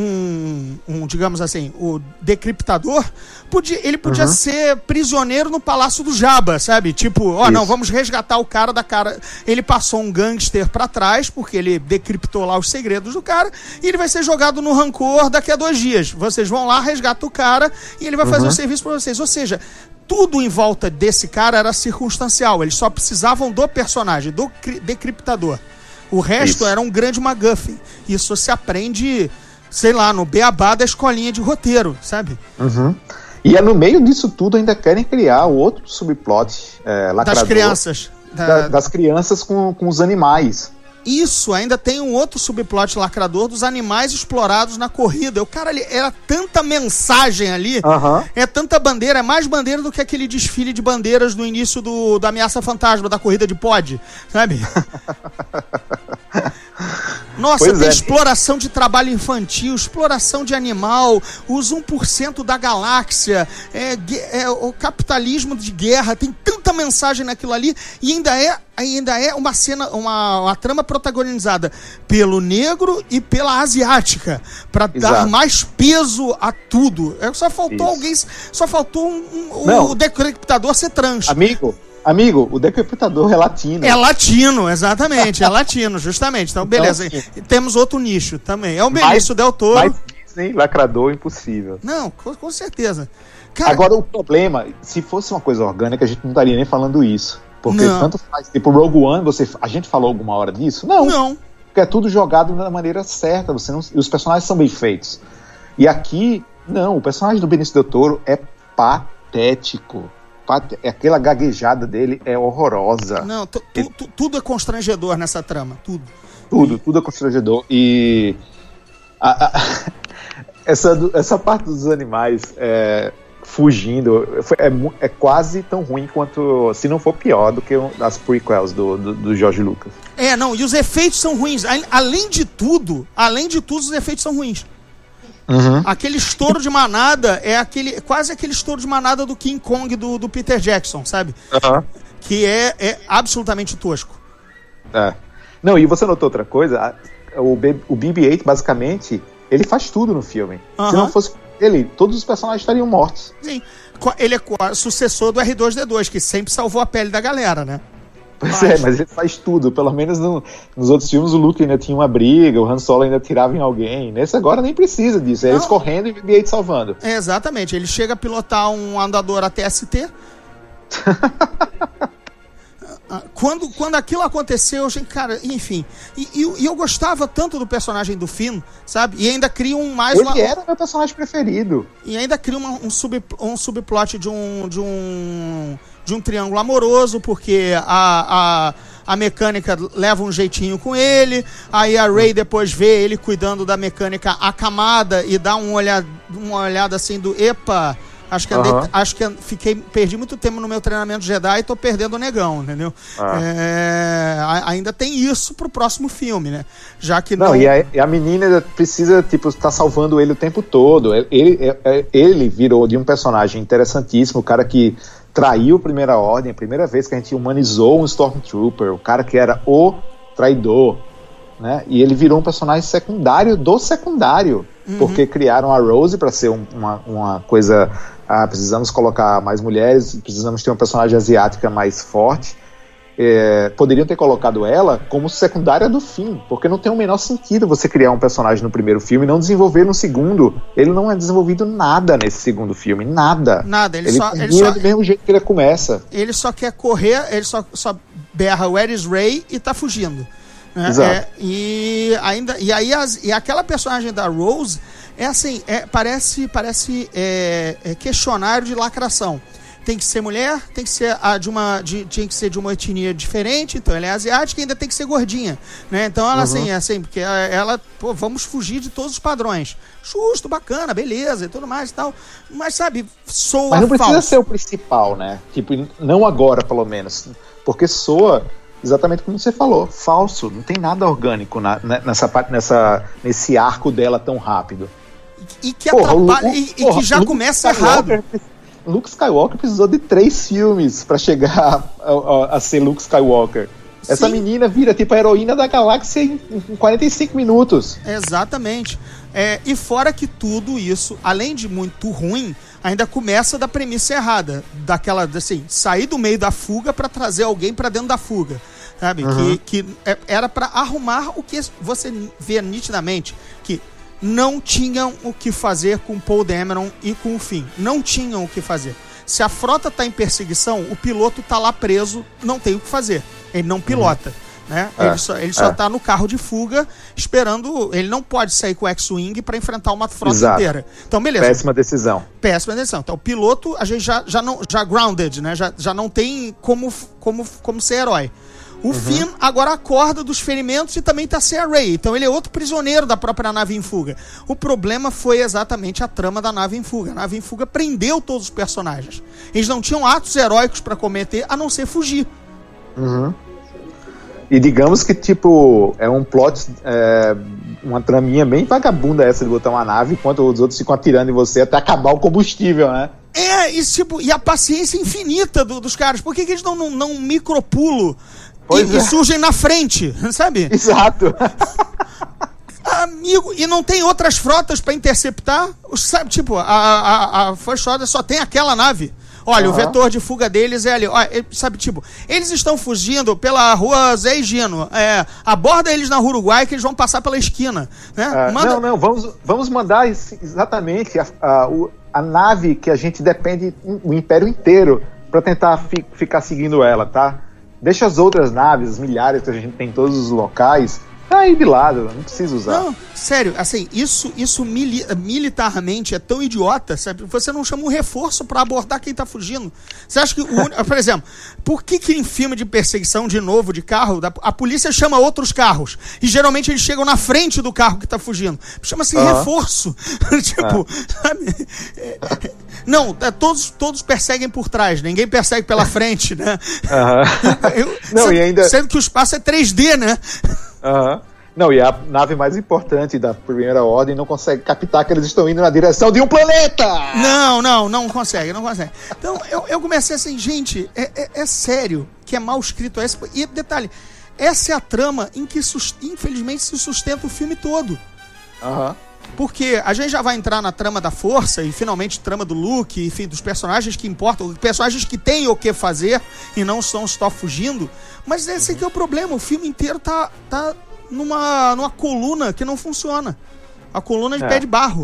D: um, um, digamos assim, o decriptador, podia, ele podia uhum. ser prisioneiro no Palácio do Jabba, sabe? Tipo, ó, oh, não, vamos resgatar o cara da cara. Ele passou um gangster pra trás, porque ele decriptou lá os segredos do cara, e ele vai ser jogado no rancor daqui a dois dias. Vocês vão lá, resgatam o cara, e ele vai fazer uhum. o serviço pra vocês. Ou seja, tudo em volta desse cara era circunstancial. Eles só precisavam do personagem, do decriptador. O resto Isso. era um grande MacGuffin. Isso se aprende, sei lá, no beabá da escolinha de roteiro, sabe?
E: Uhum. E é no meio disso tudo ainda querem criar o outro subplot é, lacrador.
D: Das crianças.
E: Da, da, das crianças com, com os animais.
D: Isso, ainda tem um outro subplot lacrador dos animais explorados na corrida. O cara, ele, era tanta mensagem ali,
E: uhum.
D: é tanta bandeira, é mais bandeira do que aquele desfile de bandeiras no início do, da Ameaça Fantasma, da corrida de pod, sabe? Nossa, pois tem é. exploração de trabalho infantil, exploração de animal, os um por cento da galáxia, é, é, o capitalismo de guerra, tem tanta mensagem naquilo ali, e ainda é, ainda é uma cena, uma, uma trama protagonizada pelo negro e pela asiática, pra Exato. dar mais peso a tudo. É, só faltou Isso. alguém, só faltou um, um, o decriptador ser trans.
E: Amigo, Amigo, o decriptador é latino.
D: É latino, exatamente, é latino, justamente. Então, beleza. Então, temos outro nicho também. É o Benício Del Toro.
E: Mais Disney, lacrador, impossível.
D: Não, com, com certeza. Cara,
E: agora, o problema, se fosse uma coisa orgânica, a gente não estaria nem falando isso. Porque
D: não.
E: tanto faz. Tipo, Rogue One, você, a gente falou alguma hora disso? Não.
D: Não.
E: Porque é tudo jogado da maneira certa. Você não, e os personagens são bem feitos. E aqui, não. O personagem do Benício Del Toro é patético. Aquela gaguejada dele é horrorosa.
D: Não, tu, tu, tu, tudo é constrangedor nessa trama, tudo.
E: Tudo, tudo é constrangedor. E a, a, essa, essa parte dos animais é, fugindo é, é quase tão ruim quanto, se não for pior, do que as prequels do, do, do George Lucas.
D: É, não, e os efeitos são ruins. Além de tudo, além de tudo, os efeitos são ruins.
E: Uhum.
D: Aquele estouro de manada é aquele, quase aquele estouro de manada do King Kong do, do Peter Jackson, sabe?
E: Uhum.
D: Que é, é absolutamente tosco.
E: É. Não, e você notou outra coisa? O, B, o B B oito, basicamente, ele faz tudo no filme.
D: Uhum.
E: Se não fosse ele, todos os personagens estariam mortos.
D: Sim. Ele é sucessor do R dois D dois, que sempre salvou a pele da galera, né?
E: Pois mas... é, mas ele faz tudo. Pelo menos no, nos outros filmes o Luke ainda tinha uma briga, o Han Solo ainda tirava em alguém. Nesse agora nem precisa disso. É eles correndo e o B B oito salvando.
D: É, exatamente. Ele chega a pilotar um andador A T S T. Quando, quando aquilo aconteceu, gente, cara, enfim. E, e, e eu gostava tanto do personagem do Finn, sabe? E ainda cria um mais
E: Ele
D: uma...
E: era meu personagem preferido.
D: E ainda cria uma, um, sub, um subplot de um, de um de um triângulo amoroso, porque a, a, a mecânica leva um jeitinho com ele, aí a Rey depois vê ele cuidando da mecânica acamada e dá um olhar, uma olhada assim do epa, acho que, andei, uhum. acho que fiquei, perdi muito tempo no meu treinamento Jedi e tô perdendo o negão, entendeu? Ah. É, ainda tem isso pro próximo filme, né? Já que não...
E: não e, a, e a menina precisa, tipo, estar tá salvando ele o tempo todo. Ele, ele virou de um personagem interessantíssimo, o cara que traiu a Primeira Ordem, a primeira vez que a gente humanizou um Stormtrooper, o cara que era o traidor, né? E ele virou um personagem secundário do secundário, uhum. porque criaram a Rose para ser um, uma, uma coisa... Ah, precisamos colocar mais mulheres, precisamos ter uma personagem asiática mais forte. É, poderiam ter colocado ela como secundária do fim, porque não tem o menor sentido você criar um personagem no primeiro filme e não desenvolver no segundo. Ele não é desenvolvido nada nesse segundo filme, nada.
D: Nada, ele,
E: ele
D: só...
E: Ele
D: só
E: do mesmo jeito que ele começa.
D: Ele só quer correr, ele só, só berra Where is Rey e tá fugindo. Né?
E: Exato.
D: É, e, ainda, e aí as, e aquela personagem da Rose é assim, é, parece, parece é, é questionário de lacração. Tem que ser mulher, tem que ser a de uma, de, tinha que ser de uma etnia diferente, então ela é asiática e ainda tem que ser gordinha, né? Então ela uhum. assim, é assim, porque ela, ela pô, vamos fugir de todos os padrões. Justo, bacana, beleza e tudo mais e tal. Mas sabe, soa
E: Mas não precisa
D: falso.
E: ser o principal, né? Tipo, não agora, pelo menos. Porque soa exatamente como você falou, falso. Não tem nada orgânico na, nessa, nessa, nesse arco dela tão rápido.
D: E que, porra, atrapalha, o, o, e, porra, e que já Luke começa
E: Skywalker,
D: errado.
E: Luke Skywalker precisou de três filmes pra chegar a, a, a ser Luke Skywalker. Sim. Essa menina vira tipo a heroína da galáxia em, em quarenta e cinco minutos.
D: Exatamente. É, e fora que tudo isso, além de muito ruim, ainda começa da premissa errada. Daquela, assim, sair do meio da fuga pra trazer alguém pra dentro da fuga. Sabe? Uhum. Que, que era pra arrumar o que você vê nitidamente. Que não tinham o que fazer com Paul Dameron e com o Finn. Não tinham o que fazer. Se a frota está em perseguição, o piloto está lá preso, não tem o que fazer. Ele não pilota. Uhum. Né? É, ele só, ele só é. tá no carro de fuga esperando. Ele não pode sair com o X-Wing para enfrentar uma frota Exato. inteira. Então, beleza.
E: Péssima decisão.
D: Péssima decisão. Então, o piloto, a gente já, já, não, já grounded, né? já, já não tem como, como, como ser herói. O uhum. Finn agora acorda dos ferimentos e também tá sem a Rey. Então ele é outro prisioneiro da própria nave em fuga. O problema foi exatamente a trama da nave em fuga. A nave em fuga prendeu todos os personagens. Eles não tinham atos heróicos para cometer, a não ser fugir.
E: Uhum. E digamos que, tipo, é um plot, é, uma traminha bem vagabunda essa de botar uma nave enquanto os outros ficam atirando em você até acabar o combustível, né?
D: É, e, tipo, e a paciência infinita do, dos caras. Por que, que eles não, não, não micropulo e, é. e surgem na frente, sabe?
E: Exato.
D: Amigo, e não tem outras frotas pra interceptar? Sabe, tipo, a, a, a First Order só tem aquela nave. Olha, uhum. o vetor de fuga deles é ali. Olha, sabe, tipo, eles estão fugindo pela rua Zé e Gino. É, aborda eles na rua Uruguai que eles vão passar pela esquina. Né?
E: É,
D: Manda...
E: Não, não, vamos, vamos mandar exatamente a, a, a nave que a gente depende, o Império inteiro, pra tentar fi, ficar seguindo ela, tá? Deixa as outras naves, as milhares que a gente tem em todos os locais, aí de lado, não precisa usar.
D: Não, sério, assim, isso, isso mili- militarmente é tão idiota, sabe? Você não chama um reforço pra abordar quem tá fugindo. Você acha que, o, por exemplo, por que que em filme de perseguição, de novo, de carro, a polícia chama outros carros? E geralmente eles chegam na frente do carro que tá fugindo. Chama-se uhum. reforço. Tipo, é. sabe? É, é, não, é, todos, todos perseguem por trás, ninguém persegue pela frente, né?
E: Uhum.
D: Eu,
E: não,
D: sendo,
E: e ainda... sendo
D: que o espaço é três D, né?
E: Aham. Uhum. Não, e a nave mais importante da Primeira Ordem não consegue captar que eles estão indo na direção de um planeta!
D: Não, não, não consegue, não consegue. Então, eu, eu comecei assim, gente, é, é, é sério que é mal escrito essa. E detalhe, essa é a trama em que, infelizmente, se sustenta o filme todo.
E: Aham. Uhum.
D: Porque a gente já vai entrar na trama da força e finalmente trama do Luke, enfim, dos personagens que importam, personagens que têm o que fazer e não são só fugindo. Mas esse aqui é o problema, o filme inteiro tá, tá numa, numa coluna que não funciona. A coluna de é. pé de barro.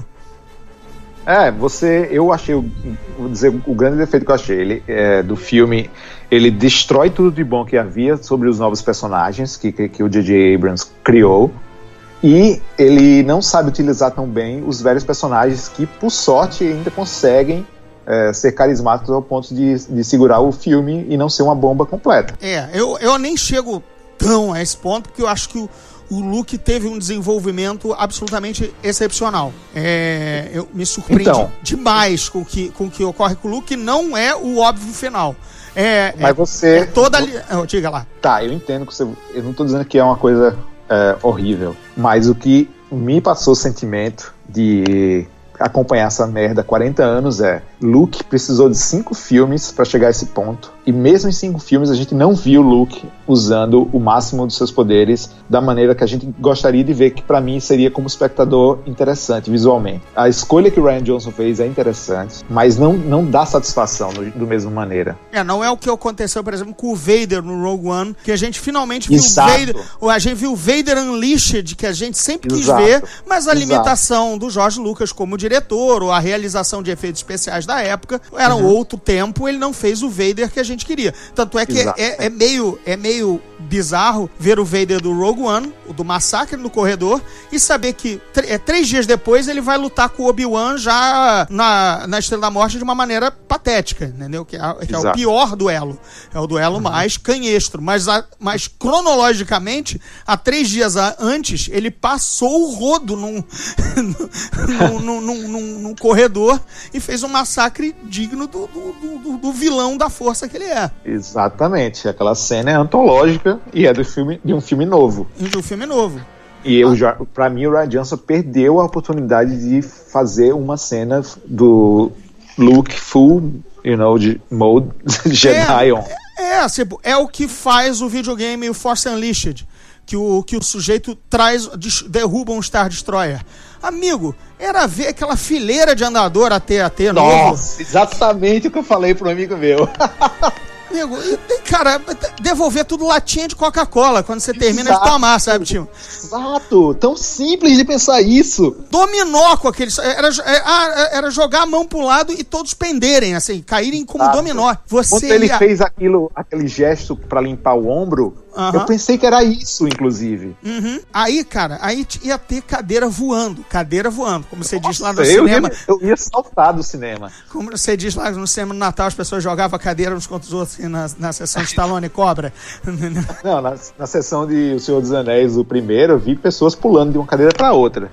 E: É, você, eu achei, vou dizer, o grande defeito que eu achei ele, é, do filme, ele destrói tudo de bom que havia sobre os novos personagens que, que, que o J J Abrams criou. E ele não sabe utilizar tão bem os velhos personagens que, por sorte, ainda conseguem é, ser carismáticos ao ponto de, de segurar o filme e não ser uma bomba completa.
D: É, eu, eu nem chego tão a esse ponto, porque eu acho que o, o Luke teve um desenvolvimento absolutamente excepcional. É, eu me surpreendi
E: então,
D: demais com o que, com o que ocorre com o Luke, que não é o óbvio final. É,
E: mas
D: é,
E: você...
D: É toda ali... Oh, diga lá.
E: Tá, eu entendo que você... Eu não tô dizendo que é uma coisa é, horrível, mas o que me passou o sentimento de acompanhar essa merda há quarenta anos é: Luke precisou de cinco filmes pra chegar a esse ponto, e mesmo em cinco filmes a gente não viu Luke usando o máximo dos seus poderes da maneira que a gente gostaria de ver, que pra mim seria como espectador interessante visualmente. A escolha que o Rian Johnson fez é interessante, mas não, não dá satisfação do, do mesma maneira.
D: É, não é o que aconteceu, por exemplo, com o Vader no Rogue One, que a gente finalmente viu
E: Exato.
D: o Vader, a gente viu o Vader Unleashed, que a gente sempre quis
E: Exato.
D: ver, mas a
E: Exato.
D: limitação do George Lucas como diretor, ou a realização de efeitos especiais da época, era
E: Uhum.
D: outro tempo, ele não fez o Vader que a gente queria. Tanto é que
E: Exato.
D: é, é, meio, é meio bizarro ver o Vader do Rogue One, o do massacre no corredor, e saber que tr- é, três dias depois ele vai lutar com o Obi-Wan já na, na Estrela da Morte de uma maneira patética, entendeu? Que é, que é o pior duelo. É o duelo uhum. mais canhestro. Mas, a, mas cronologicamente, há três dias a, antes, ele passou o rodo num, num, num, num, num, num corredor e fez um massacre digno do, do, do, do vilão da força que ele é.
E: Exatamente. Aquela cena é antológica e é do filme, de um filme novo.
D: E de um filme novo.
E: E eu já, pra mim, o Rian Johnson perdeu a oportunidade de fazer uma cena do Luke full, you know, de mode Jedi on.
D: É, é, assim, é o que faz o videogame o Force Unleashed, que o, que o sujeito traz, derruba um Star Destroyer. Amigo, era ver aquela fileira de andador até a T novo.
E: Nossa, exatamente o que eu falei pro amigo meu.
D: Amigo, e, cara, devolver tudo latinha de Coca-Cola quando você termina Exato. de tomar, sabe, tio?
E: Exato, tão simples de pensar isso.
D: Dominó com aqueles... Era, era, era jogar a mão pro lado e todos penderem, assim, caírem como Exato. dominó. Você
E: Quando ele ia... fez aquilo, aquele gesto pra limpar o ombro, uhum. eu pensei que era isso, inclusive.
D: Uhum. Aí, cara, aí ia ter cadeira voando, cadeira voando, como você
E: Nossa,
D: diz lá no
E: eu
D: cinema.
E: Ia, eu ia saltar do cinema.
D: Como você diz lá no cinema no Natal, as pessoas jogavam cadeira uns contra os outros assim, na, na sessão de Stallone e Cobra.
E: Não, na, na sessão de O Senhor dos Anéis, o primeiro, eu vi pessoas pulando de uma cadeira pra outra.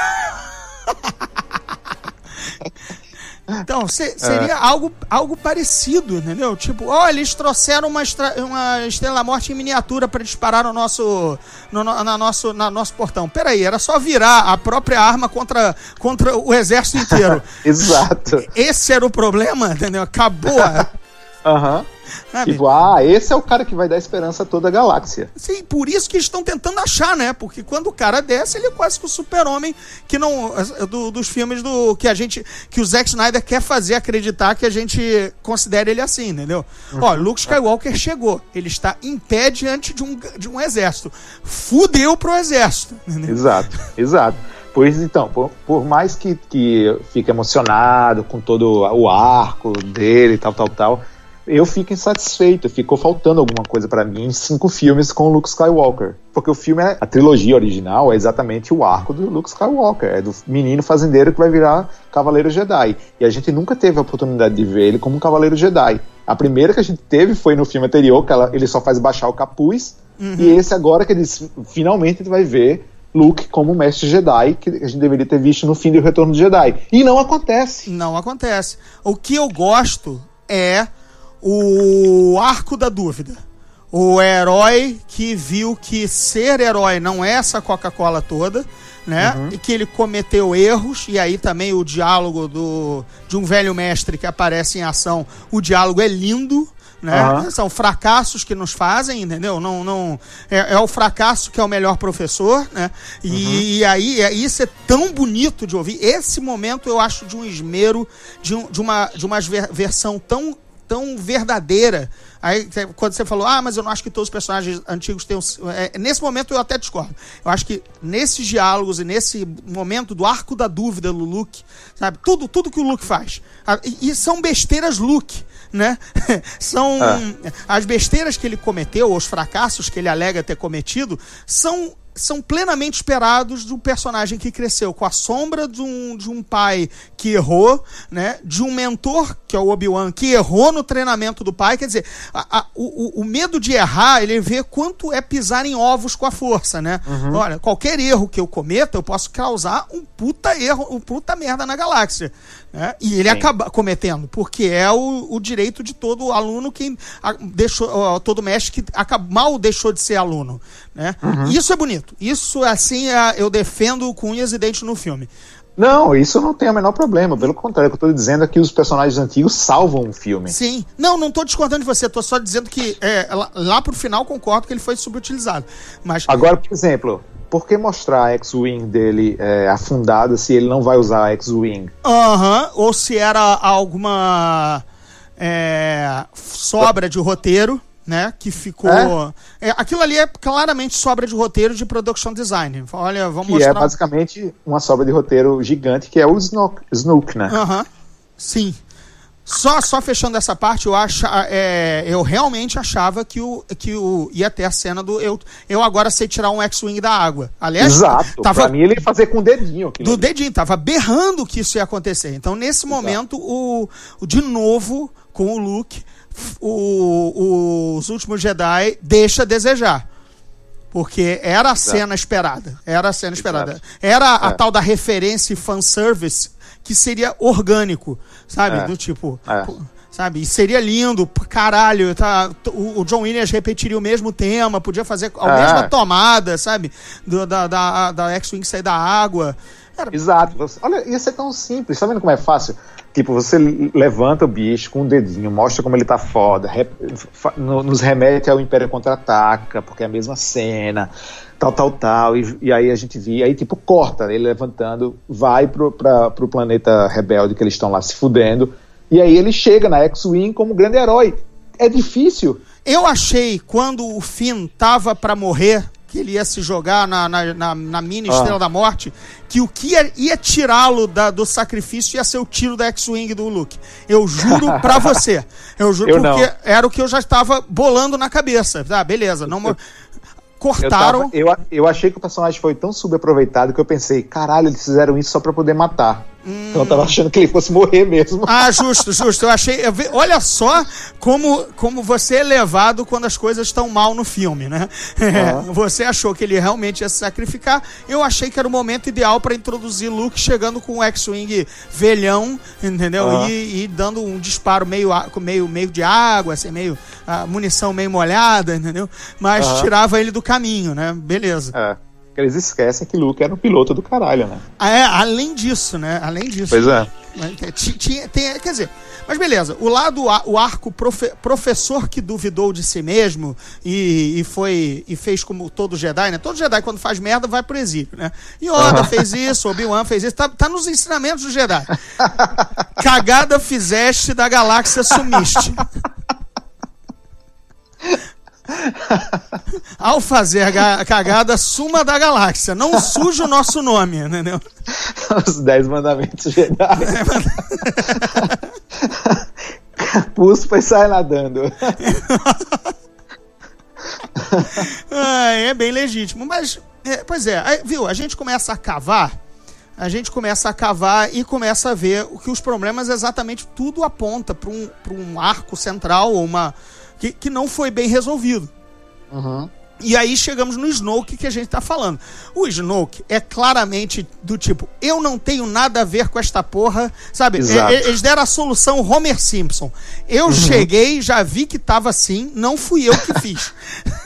D: Então, se, seria é. algo, algo parecido, entendeu? Tipo, ó, oh, eles trouxeram uma, estra, uma Estrela da Morte em miniatura para disparar no nosso, no, no, na nosso, na nosso portão. Peraí, era só virar a própria arma contra, contra o exército inteiro.
E: Exato.
D: Esse era o problema, entendeu? Acabou.
E: Aham. Uhum. Tipo, ah, esse é o cara que vai dar esperança a toda a galáxia.
D: Sim, por isso que eles estão tentando achar, né? Porque quando o cara desce, ele é quase que o super-homem que não, do, dos filmes do que a gente, que o Zack Snyder quer fazer acreditar que a gente considera ele assim, entendeu? Uhum. Ó, Luke Skywalker chegou, ele está em pé diante de um, de um exército. Fudeu pro exército. Entendeu?
E: Exato, exato. Pois então, por, por mais que, que fique emocionado com todo o arco dele, tal, tal, tal, eu fico insatisfeito, ficou faltando alguma coisa pra mim em cinco filmes com o Luke Skywalker. Porque o filme, é, a trilogia original é exatamente o arco do Luke Skywalker, é do menino fazendeiro que vai virar Cavaleiro Jedi. E a gente nunca teve a oportunidade de ver ele como um Cavaleiro Jedi. A primeira que a gente teve foi no filme anterior, que ela, ele só faz baixar o capuz, uhum. e esse agora que eles finalmente a gente vai ver Luke como mestre Jedi, que a gente deveria ter visto no fim do Retorno do Jedi. E não acontece.
D: Não acontece. O que eu gosto é o arco da dúvida. O herói que viu que ser herói não é essa Coca-Cola toda, né? Uhum. E que ele cometeu erros, e aí também o diálogo do, de um velho mestre que aparece em ação, o diálogo é lindo, né? Uhum. São fracassos que nos fazem, entendeu? Não, não, é, é o fracasso que é o melhor professor, né? E, uhum. e aí é, isso é tão bonito de ouvir. Esse momento eu acho de um esmero, de, um, de uma, de uma ver, versão tão tão verdadeira. Aí, quando você falou, ah, mas eu não acho que todos os personagens antigos tenham... É, nesse momento eu até discordo. Eu acho que nesses diálogos e nesse momento do arco da dúvida do Luke, sabe? Tudo, tudo que o Luke faz. E, e são besteiras Luke, né? São... Ah. As besteiras que ele cometeu, ou os fracassos que ele alega ter cometido, são são plenamente esperados de um personagem que cresceu com a sombra de um, de um pai que errou, né? De um mentor, que é o Obi-Wan, que errou no treinamento do pai. Quer dizer, a, a, o, o medo de errar, ele vê quanto é pisar em ovos com a força, né? Uhum. Olha, qualquer erro que eu cometa, eu posso causar um puta erro, um puta merda na galáxia. Né? E ele Sim. acaba cometendo, porque é o, o direito de todo aluno que deixou, todo mestre que acaba, mal deixou de ser aluno. Né? Uhum. Isso é bonito. Isso, assim, eu defendo com unhas e dentes no filme.
E: Não, isso não tem o menor problema. Pelo contrário, o que eu estou dizendo é que os personagens antigos salvam o filme.
D: Sim. Não, não estou discordando de você. Estou só dizendo que é, lá, lá pro final concordo que ele foi subutilizado. Mas... Agora,
E: por exemplo... Por que mostrar a X-Wing dele é, afundada se ele não vai usar a X-Wing?
D: Aham, uhum. Ou se era alguma é, sobra de roteiro, né? Que ficou... É? É, aquilo ali é claramente sobra de roteiro de production design. Olha, vamos
E: que
D: mostrar...
E: é basicamente uma sobra de roteiro gigante, que é o Snoke, Snoke né?
D: Aham, uhum. Sim. Só, só fechando essa parte, eu, acha, é, eu realmente achava que, o, que o, ia ter a cena do... Eu, eu agora sei tirar um X-Wing da água. Aliás,
E: Exato.
D: Tava,
E: pra mim ele ia fazer com o dedinho.
D: Do ali. dedinho. Tava berrando que isso ia acontecer. Então, nesse Exato. momento, o, o, de novo, com o Luke, o, o, os últimos Jedi deixa a desejar. Porque era a Exato. cena esperada. Era a cena esperada. Exato. Era a é. tal da referência e fanservice que seria orgânico, sabe? É. Do tipo, é. sabe? E seria lindo, caralho, tá? O, o John Williams repetiria o mesmo tema, podia fazer a é. mesma tomada, sabe? Do, da, da, da X-Wing sair da água.
E: Era... Exato. Você, olha, ia ser tão simples, tá vendo como é fácil? Tipo, você levanta o bicho com o dedinho, mostra como ele tá foda, rep, no, nos remete ao Império Contra-Ataca, porque é a mesma cena, tal, tal, tal, e, e aí a gente via, aí tipo, corta ele levantando, vai pro, pra, pro planeta rebelde, que eles estão lá se fudendo, e aí ele chega na X-Wing como grande herói. É difícil.
D: Eu achei, quando o Finn tava pra morrer, que ele ia se jogar na, na, na, na mini ah. Estrela da Morte, que o que ia, ia tirá-lo da, do sacrifício ia ser o tiro da X-Wing do Luke. Eu juro pra você. Eu juro eu porque não. era o que eu já estava bolando na cabeça. Ah, beleza. Não... Eu... Cortaram.
E: Eu, tava, eu, eu achei que o personagem foi tão subaproveitado que eu pensei, caralho, eles fizeram isso só pra poder matar. Hum. Então eu tava achando que ele fosse morrer mesmo.
D: Ah, justo, justo. Eu achei. Eu vi, olha só como, como você é levado quando as coisas estão mal no filme, né? Uhum. É, você achou que ele realmente ia se sacrificar. Eu achei que era o momento ideal pra introduzir Luke chegando com o X-Wing velhão, entendeu? Uhum. E, e dando um disparo meio, meio, meio de água, assim, meio. A munição meio molhada, entendeu? Mas uhum. tirava ele do caminho, né? Beleza.
E: É. Eles esquecem que Luke era um piloto do caralho, né?
D: É, além disso, né? Além disso.
E: Pois é.
D: Tinha, tem, quer dizer, mas beleza, o lado, o arco profe, professor que duvidou de si mesmo e, e foi e fez como todo Jedi, né? Todo Jedi, quando faz merda, vai pro exílio, né? Yoda uhum. fez isso, Obi-Wan fez isso, tá, tá nos ensinamentos do Jedi. Cagada fizeste, da galáxia sumiste. Ao fazer a cagada, suma da galáxia. Não suje o nosso nome, entendeu?
E: Os dez mandamentos Jedi. Capuz e sai nadando.
D: ah, é bem legítimo. Mas, é, pois é, aí, viu? A gente começa a cavar. A gente começa a cavar e começa a ver o que os problemas exatamente tudo aponta para um, para um arco central ou uma... Que, que não foi bem resolvido.
E: Uhum.
D: E aí chegamos no Snoke que a gente tá falando. O Snoke é claramente do tipo, eu não tenho nada a ver com esta porra, sabe?
E: Exato.
D: Eles deram a solução Homer Simpson. Eu uhum. cheguei, já vi que tava assim, não fui eu que fiz.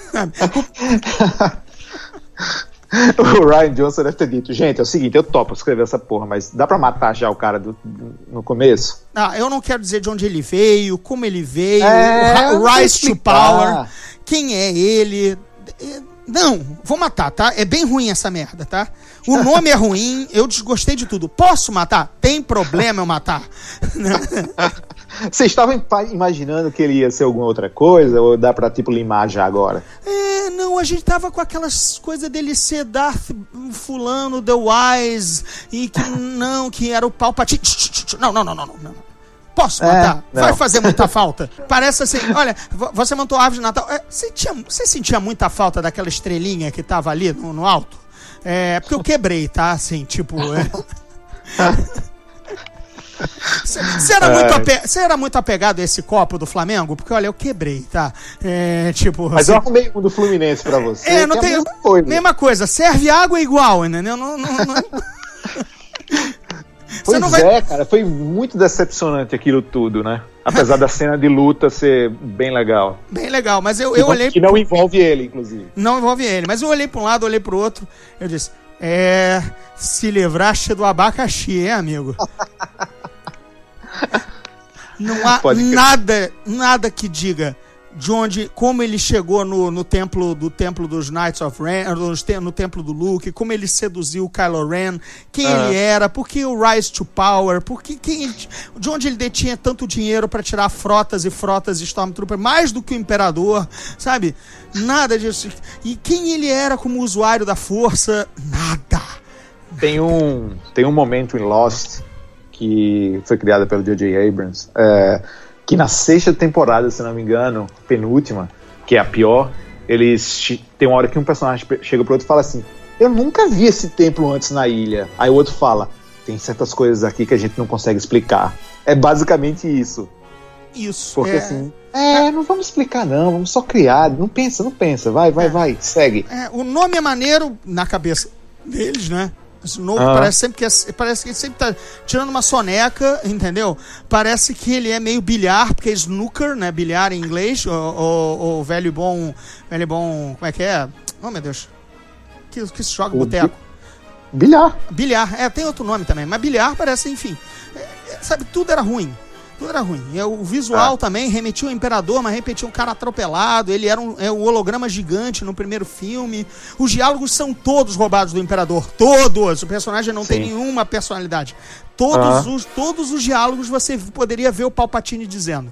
E: O Rian Johnson deve ter dito, gente, é o seguinte, eu topo escrever essa porra, mas dá pra matar já o cara do, no começo?
D: Ah, eu não quero dizer de onde ele veio, como ele veio,
E: é,
D: o Rise to Power, quem é ele. Não, vou matar, tá? É bem ruim essa merda, tá? O nome é ruim, eu desgostei de tudo. Posso matar? Tem problema eu matar.
E: Você estava imaginando que ele ia ser alguma outra coisa? Ou dá pra, tipo, limar já agora?
D: É, não, a gente tava com aquelas coisas dele ser Darth fulano, The Wise, e que não, que era o Palpatine. Não, não, não, não, não. Posso matar?
E: É,
D: Vai fazer muita falta. Parece assim, olha, você montou a árvore de Natal. É, você, tinha, você sentia muita falta daquela estrelinha que tava ali no, no alto? É, porque eu quebrei, tá? Assim, tipo... Você era, muito ape... era muito apegado a esse copo do Flamengo? Porque, olha, eu quebrei, tá? É, tipo...
E: Mas
D: assim...
E: eu arrumei um do Fluminense pra você.
D: É, não
E: é
D: tem...
E: a mesma coisa.
D: Mesma coisa. Serve água igual, entendeu? Não, não, não...
E: Pois
D: não vai...
E: é, cara, foi muito decepcionante aquilo tudo, né? Apesar da cena de luta ser bem legal.
D: Bem legal, mas eu,
E: que
D: eu
E: não,
D: olhei...
E: Que não envolve ele, inclusive.
D: Não envolve ele, mas eu olhei pra um lado, olhei pro outro, eu disse, é... se livraste do abacaxi, hein, amigo? Não há nada, nada que diga de onde, como ele chegou no, no templo do templo dos Knights of Ren, no, no templo do Luke, como ele seduziu o Kylo Ren, quem ah. ele era, por que o Rise to Power, por que, quem, de onde ele detinha tanto dinheiro para tirar frotas e frotas de Stormtrooper, mais do que o Imperador, sabe? Nada disso. E quem ele era como usuário da Força, nada.
E: Tem um, tem um momento em Lost que foi criada pelo J J Abrams, é, que na sexta temporada, se não me engano, penúltima, que é a pior, eles tem uma hora que um personagem chega pro outro e fala assim, eu nunca vi esse templo antes na ilha. Aí o outro fala, tem certas coisas aqui que a gente não consegue explicar. É basicamente isso.
D: Isso.
E: Porque
D: é...
E: assim, é, não vamos explicar não, vamos só criar, não pensa, não pensa, vai, vai, é. vai, segue.
D: É, o nome é maneiro na cabeça deles, né? Esse novo ah. parece sempre que é, parece que ele sempre tá tirando uma soneca, entendeu? Parece que ele é meio bilhar, porque é snooker, né? Bilhar em inglês, o velho e bom, velho e bom, como é que é? Oh, meu Deus. Que, que se joga boteco?
E: Bilhar.
D: Bilhar, é, tem outro nome também, mas bilhar parece, enfim. É, é, sabe, tudo era ruim. Tudo era ruim. E o visual ah. também remetia ao Imperador, mas repetia um cara atropelado. Ele era um, é um holograma gigante no primeiro filme. Os diálogos são todos roubados do Imperador. Todos! O personagem não Sim. tem nenhuma personalidade. Todos, ah. os, todos os diálogos você poderia ver o Palpatine dizendo.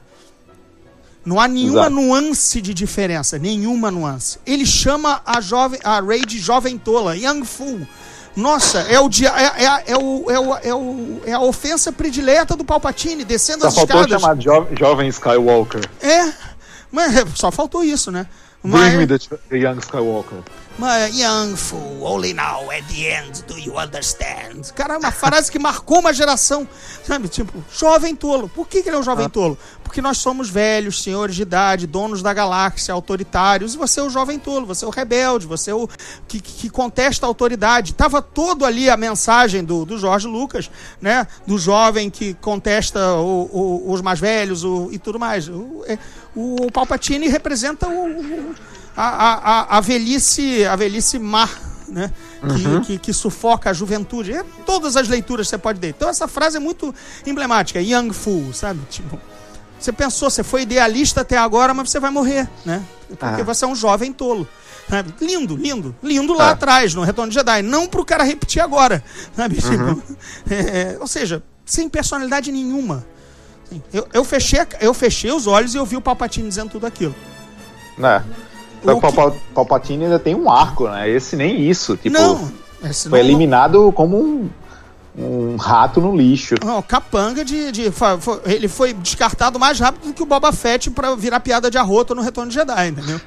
D: Não há nenhuma Exato. nuance de diferença. Nenhuma nuance. Ele chama a, jovem, a Rey de jovem tola, Young Fool. Nossa, é, o, é, é, é, o, é, o, é, o, é a ofensa predileta do Palpatine, descendo
E: só
D: as escadas.
E: Só faltou chamar jo jovem Skywalker.
D: É, mas só faltou isso, né?
E: Bring mas, me the, the young Skywalker.
D: Mas, young fool, only now at the end do you understand? Cara, é uma frase que marcou uma geração, sabe? Tipo, jovem tolo. Por que, que ele é um jovem ah. tolo? Porque nós somos velhos, senhores de idade, donos da galáxia, autoritários, e você é o jovem tolo, você é o rebelde, você é o que, que contesta a autoridade. Tava todo ali a mensagem do, do George Lucas, né? Do jovem que contesta o, o, os mais velhos o, e tudo mais. O, o, o Palpatine representa o... o A, a, a velhice a velhice má, né? Uhum. Que, que, que sufoca a juventude. É, todas as leituras você pode ter. Então essa frase é muito emblemática. Young fool, sabe? Tipo, você pensou, você foi idealista até agora, mas você vai morrer, né? Porque ah. você é um jovem tolo. Sabe? Lindo, lindo. Lindo lá ah. atrás, no Retorno de Jedi. Não pro cara repetir agora. Sabe? Uhum. Tipo, é, ou seja, sem personalidade nenhuma. Eu, eu, fechei, eu fechei os olhos e eu vi o Palpatine dizendo tudo aquilo.
E: É. O Palpa, Palpatine ainda tem um arco, né? Esse nem isso. Tipo,
D: não,
E: esse foi não... eliminado como um, um rato no lixo.
D: Não, capanga de, de... Ele foi descartado mais rápido do que o Boba Fett pra virar piada de arroto no Retorno de Jedi, entendeu?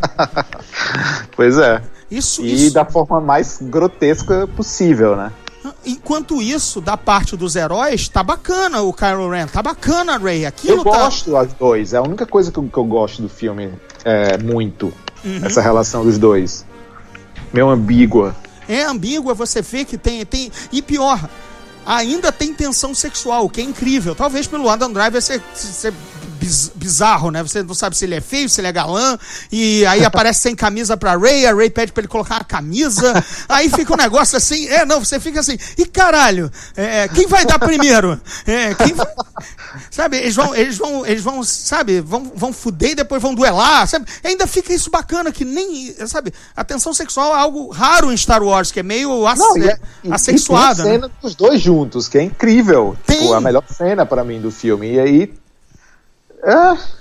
E: Pois é.
D: Isso,
E: e
D: isso...
E: da forma mais grotesca possível, né?
D: Enquanto isso, da parte dos heróis, tá bacana o Kylo Ren, tá bacana a Rey. Aquilo
E: eu
D: tá...
E: gosto das dois, é a única coisa que eu, que eu gosto do filme, é, muito, uhum. essa relação dos dois. Meio ambígua.
D: É ambígua, você vê que tem... tem... E pior, ainda tem tensão sexual, o que é incrível. Talvez pelo Adam Driver ser... ser bizarro, né? Você não sabe se ele é feio, se ele é galã, e aí aparece sem camisa pra Rey, a Rey pede pra ele colocar a camisa, aí fica um negócio assim, é, não, você fica assim, e caralho, é, quem vai dar primeiro? É, quem vai... Sabe, eles vão, eles vão, eles vão, sabe, vão, vão fuder e depois vão duelar, sabe? Ainda fica isso bacana, que nem, sabe, a tensão sexual é algo raro em Star Wars, que é meio ass... não, e é, assexuada.
E: E tem a cena, né, dos dois juntos, que é incrível. Tem. Tipo, a melhor cena pra mim do filme, e aí... É,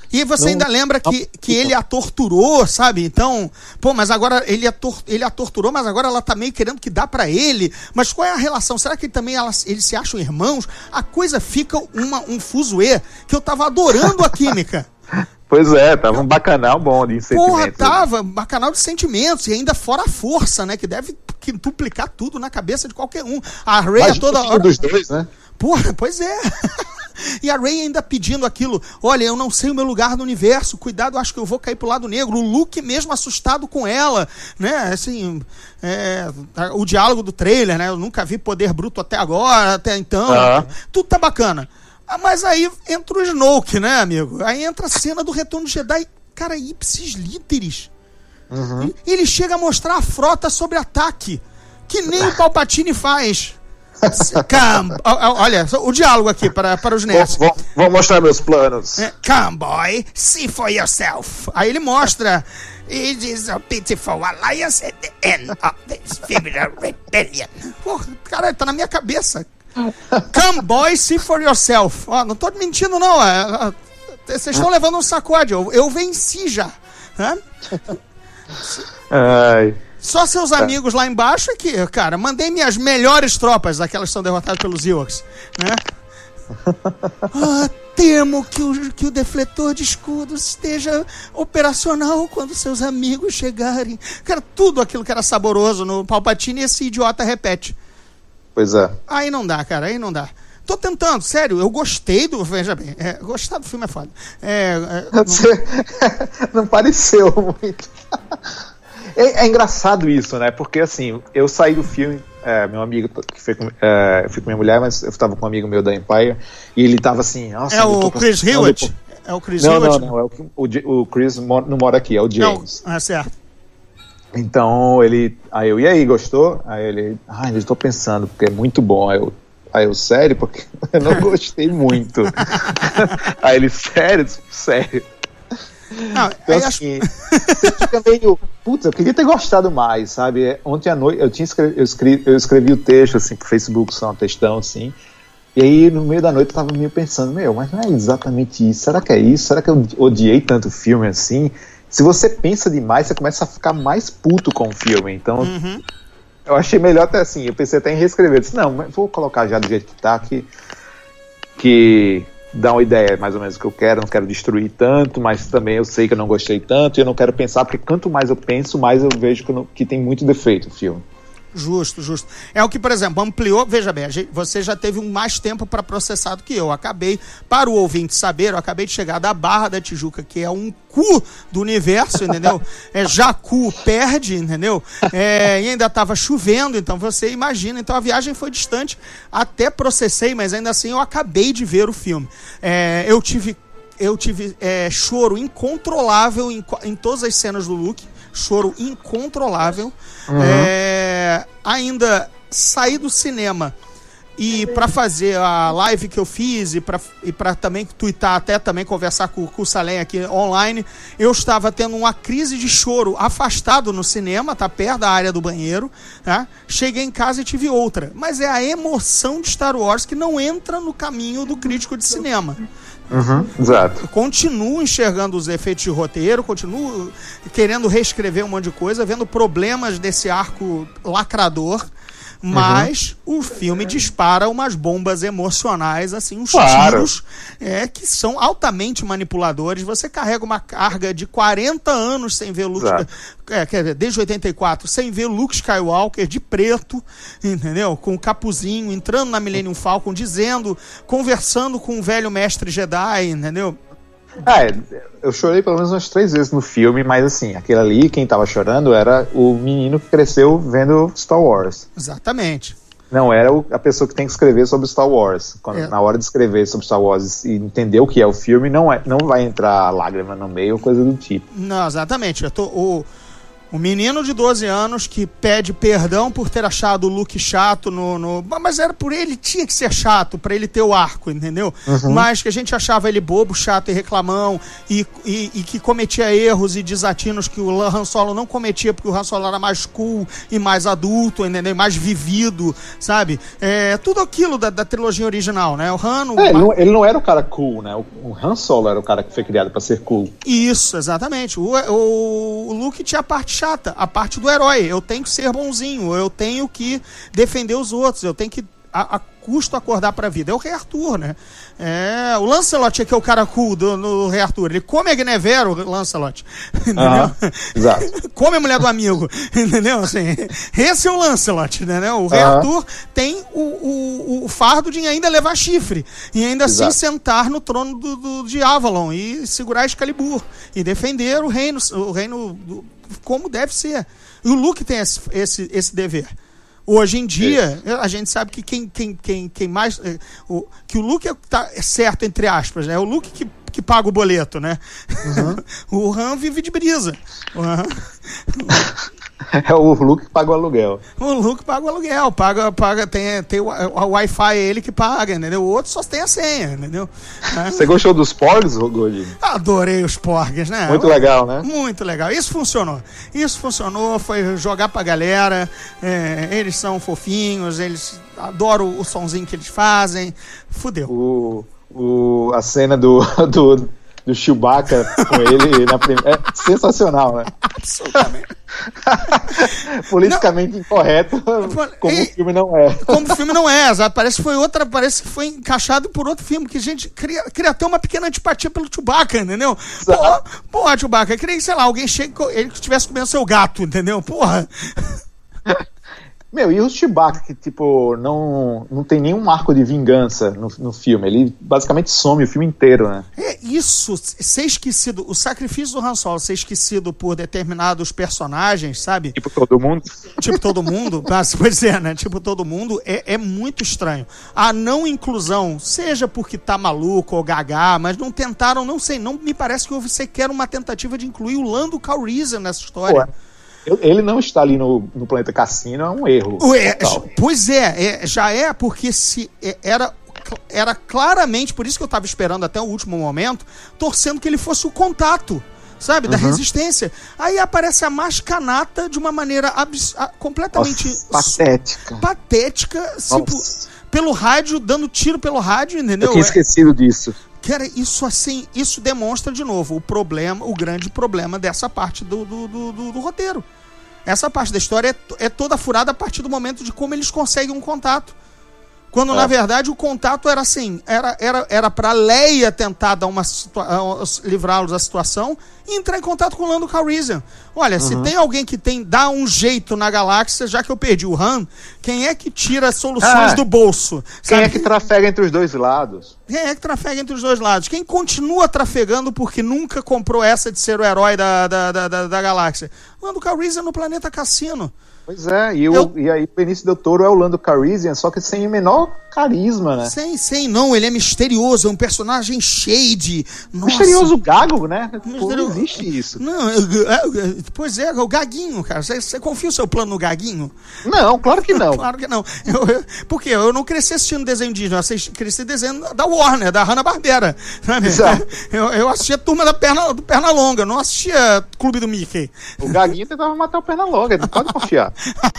D: E você
E: Não-
D: ainda lembra que, que ele a torturou, sabe? Então, pô, mas agora ele a, tor- ele a torturou, mas agora ela tá meio querendo que dá pra ele. Mas qual é a relação? Será que também elas, eles se acham irmãos? A coisa fica uma, um fuzuê que eu tava adorando a química.
E: Pois é, tava um bacanal bom de sentimentos.
D: Porra, tava bacanal de sentimentos e ainda fora a força, né? Que deve duplicar tudo na cabeça de qualquer um. A Rey
E: Mas
D: a toda hora...
E: dos dois, né?
D: Porra, pois é. E a Rey ainda pedindo aquilo, olha, eu não sei o meu lugar no universo, cuidado, acho que eu vou cair pro lado negro. O Luke mesmo assustado com ela, né, assim, é, o diálogo do trailer, né, eu nunca vi poder bruto até agora, até então,
E: Ah.
D: tudo tá bacana. Ah, mas aí entra o Snoke, né, amigo? Aí entra a cena do Retorno de Jedi, cara, ipsis literis.
E: Uhum.
D: Ele chega a mostrar a frota sobre ataque, que nem o Palpatine faz. Come, olha, o diálogo aqui para, para os nerds.
E: Vou, vou, vou mostrar meus planos.
D: É, Come, boy, see for yourself. Aí ele mostra. It is a pitiful alliance at the end of this feminine rebellion. Pô, cara, tá na minha cabeça. Come, boy, see for yourself. Ó, não tô mentindo, não. é, é, Vocês estão levando um sacode. Eu, eu venci já. Hã?
E: Ai.
D: Só seus amigos lá embaixo é que, cara, mandei minhas melhores tropas, aquelas que são derrotadas pelos Ewoks, né? Ah, temo que o, que o defletor de escudos esteja operacional quando seus amigos chegarem. Cara, tudo aquilo que era saboroso no Palpatine, esse idiota repete.
E: Pois é.
D: Aí não dá, cara, aí não dá. Tô tentando, sério, eu gostei do... Veja bem, é, gostar do filme é foda. É, é, não...
E: Você... não pareceu muito. É, é engraçado isso, né? Porque assim, eu saí do filme, é, meu amigo, que foi com, é, eu fui com minha mulher, mas eu tava com um amigo meu da Empire, e ele tava assim, nossa,
D: é o Chris Hewitt?
E: Depois...
D: É o Chris
E: não,
D: Hewitt?
E: Não, não, é o, o, o Chris não mora aqui, é o James.
D: Não, é certo.
E: Então ele, aí eu, e aí, gostou? Aí ele, ah, ainda estou pensando, porque é muito bom. Aí eu, aí eu sério? Porque eu não gostei muito. Aí ele, sério? Sério.
D: Não,
E: então,
D: aí
E: assim, você fica meio, putz, eu queria ter gostado mais, sabe? Ontem à noite, eu, tinha escrevi, eu, escrevi, eu escrevi o texto, assim, pro Facebook, só um textão, assim, e aí no meio da noite eu tava meio pensando, meu, mas não é exatamente isso, será que é isso? Será que eu odiei tanto o filme, assim? Se você pensa demais, você começa a ficar mais puto com o filme, então...
D: Uhum.
E: Eu achei melhor até assim, eu pensei até em reescrever, eu disse, não, mas vou colocar já do jeito que tá, que... que dá uma ideia mais ou menos do que eu quero, não quero destruir tanto, mas também eu sei que eu não gostei tanto e eu não quero pensar, porque quanto mais eu penso, mais eu vejo que, não, que tem muito defeito o filme.
D: Justo, justo. É o que, por exemplo, ampliou, veja bem, a gente, você já teve um mais tempo para processar do que eu. Acabei, para o ouvinte saber, eu acabei de chegar da Barra da Tijuca, que é um cu do universo, entendeu? É, Jacu perde, entendeu? É, e ainda estava chovendo, então você imagina. Então a viagem foi distante, até processei, mas ainda assim eu acabei de ver o filme. É, eu tive, eu tive é, choro incontrolável em, em todas as cenas do Luke. Choro incontrolável. Uhum. É, ainda saí do cinema e para fazer a live que eu fiz e para e para também tuitar, até também conversar com, com o Salem aqui online, eu estava tendo uma crise de choro afastado no cinema, tá perto da área do banheiro, tá? Cheguei em casa e tive outra, mas é a emoção de Star Wars que não entra no caminho do crítico de cinema.
E: Uhum, exato.
D: Continuo enxergando os efeitos de roteiro, continuo querendo reescrever um monte de coisa, vendo problemas desse arco lacrador, mas uhum. o filme dispara umas bombas emocionais, assim, uns claro. tiros é, que são altamente manipuladores. Você carrega uma carga de quarenta anos sem ver Luke, é, quer dizer, desde oitenta e quatro, sem ver Luke Skywalker de preto, entendeu? Com o capuzinho, entrando na Millennium Falcon, dizendo, conversando com o velho mestre Jedi, entendeu?
E: É, eu chorei pelo menos umas três vezes no filme, mas assim, aquele ali, quem tava chorando era o menino que cresceu vendo Star Wars.
D: Exatamente.
E: Não era o, a pessoa que tem que escrever sobre Star Wars. Quando, é. Na hora de escrever sobre Star Wars e entender o que é o filme, não, é, não vai entrar lágrima no meio ou coisa do tipo.
D: Não, exatamente. Eu tô, o, Um menino de doze anos que pede perdão por ter achado o Luke chato no, no... Mas era por ele, tinha que ser chato, pra ele ter o arco, entendeu? Uhum. Mas que a gente achava ele bobo, chato e reclamão, e, e, e que cometia erros e desatinos que o Han Solo não cometia, porque o Han Solo era mais cool e mais adulto, entendeu? Mais vivido, sabe? É, tudo aquilo da, da trilogia original, né? O Han... O...
E: É, ele, não, ele não era o cara cool, né? O, o Han Solo era o cara que foi criado pra ser cool.
D: Isso, exatamente. O, o, o Luke tinha a parte chata, a parte do herói. Eu tenho que ser bonzinho, eu tenho que defender os outros, eu tenho que a, a custo acordar pra vida. É o Rei Arthur, né? É, o Lancelot é que é o cara cool do, no Rei Arthur. Ele come a Guinevere, o Lancelot. Entendeu?
E: Ah, exato.
D: Come a mulher do amigo. Entendeu? Assim, esse é o Lancelot, entendeu? O Rei
E: ah.
D: Arthur tem o, o, o fardo de ainda levar chifre e ainda exato. Assim sentar no trono do, do, de Avalon e segurar Excalibur e defender o reino, o reino do, como deve ser. E o Luke tem esse, esse, esse dever. Hoje em dia, é. a gente sabe que quem, quem, quem, quem mais... É, o, que o Luke é, tá, é certo, entre aspas, né? É o Luke que, que paga o boleto, né? Uhum. O Han vive de brisa. O Han...
E: É o Luke que paga o aluguel.
D: O Luke paga o aluguel, paga, paga, tem, tem o, o Wi-Fi, é ele que paga, entendeu? O outro só tem a senha, entendeu?
E: Você gostou dos porgs, Godinho?
D: Adorei os porgs, né?
E: Muito legal, né?
D: Muito legal. Isso funcionou. Isso funcionou, foi jogar pra galera. É, eles são fofinhos, eles adoram o sonzinho que eles fazem. Fudeu.
E: O, o, a cena do... do... do Chewbacca com ele na primeira. É sensacional, né?
D: Absolutamente.
E: Politicamente não. Incorreto, como e, o filme não é.
D: Como o filme não é, parece que foi outra, parece que foi encaixado por outro filme, que a gente queria, queria ter uma pequena antipatia pelo Chewbacca, entendeu? Porra, porra, Chewbacca, eu queria que, sei lá, alguém chegue, ele que estivesse comendo seu gato, entendeu? Porra.
E: Meu, e o Chewbacca, que, tipo, não, não tem nenhum arco de vingança no, no filme. Ele basicamente some o filme inteiro, né? É
D: isso, ser esquecido, o sacrifício do Han Solo ser esquecido por determinados personagens, sabe?
E: Tipo todo mundo.
D: Tipo todo mundo, pois é, né? Tipo todo mundo, é, é muito estranho. A não inclusão, seja porque tá maluco ou gaga, mas não tentaram, não sei, não me parece que houve sequer uma tentativa de incluir o Lando Calrissian nessa história. Pô.
E: Ele não está ali no, no planeta Cassino, é um erro.
D: Ué, pois é, é, já é porque se é, era, era claramente, por isso que eu estava esperando até o último momento, torcendo que ele fosse o contato, sabe, da uhum. resistência. Aí aparece a Mascanata de uma maneira abs- completamente...
E: Nossa, patética.
D: Patética, tipo, pelo rádio, dando tiro pelo rádio, entendeu?
E: Eu tinha esquecido disso.
D: Cara, isso assim, isso demonstra de novo o problema, o grande problema dessa parte do, do, do, do, do roteiro. Essa parte da história é, é toda furada a partir do momento de como eles conseguem um contato. Quando, é. na verdade, o contato era assim, era, era, era pra Leia tentar dar uma situa- livrá-los da situação e entrar em contato com o Lando Calrissian. Olha, uhum. se tem alguém que tem dá um jeito na galáxia, já que eu perdi o Han, quem é que tira soluções ah, do bolso?
E: Quem
D: sabe?
E: é que trafega entre os dois lados?
D: Quem é que trafega entre os dois lados? Quem continua trafegando porque nunca comprou essa de ser o herói da, da, da, da, da galáxia? Lando Calrissian no planeta Cassino.
E: Pois é, e, eu... o, e aí o Benício Del Toro é o Lando Calrissian, só que sem o menor carisma, né?
D: Sem, sem, não, ele é misterioso, é um personagem shade. Nossa.
E: Misterioso gago, né?
D: Misterioso...
E: Pô, não existe isso.
D: Não, é, é, pois é, o gaguinho, cara. Você, você confia o seu plano no gaguinho?
E: Não, claro que não.
D: Claro que não. Eu, eu, porque eu não cresci assistindo desenho Disney, eu assisti, cresci desenho da Warner, da Hanna-Barbera. Sabe? Eu, eu assistia Turma da Perna, do Pernalonga, não assistia Clube do Mickey.
E: O gaguinho tentava matar o Pernalonga, não pode confiar.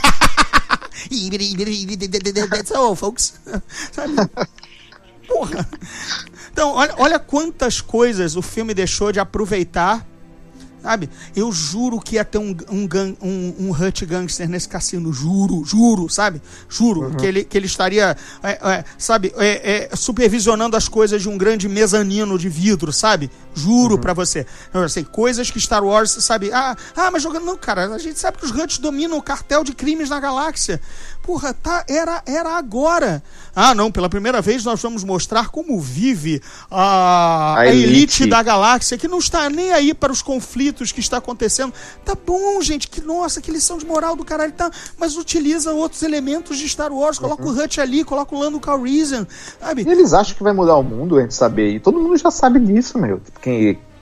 D: That's all, folks. Sabe? Porra. Então, olha, olha quantas coisas o filme deixou de aproveitar, sabe? Eu juro que ia ter um, um, gang, um, um Hut Gangster nesse cassino, juro, juro, sabe? Juro, uhum. que, ele, que ele estaria, é, é, sabe, é, é, supervisionando as coisas de um grande mezanino de vidro, sabe? Juro uhum. pra você. Eu sei, coisas que Star Wars, sabe? Ah, ah, mas jogando... Não, cara, a gente sabe que os Huts dominam o cartel de crimes na galáxia. Porra, tá, era, era agora. Ah, não, pela primeira vez nós vamos mostrar como vive a, a, elite. a elite da galáxia, que não está nem aí para os conflitos que está acontecendo. Tá bom, gente, que nossa, que lição de moral do caralho, tá, mas utiliza outros elementos de Star Wars, coloca uhum. o Hut ali, coloca o Lando Calrissian, sabe?
E: E eles acham que vai mudar o mundo, a gente saber, e todo mundo já sabe disso, meu. Quem,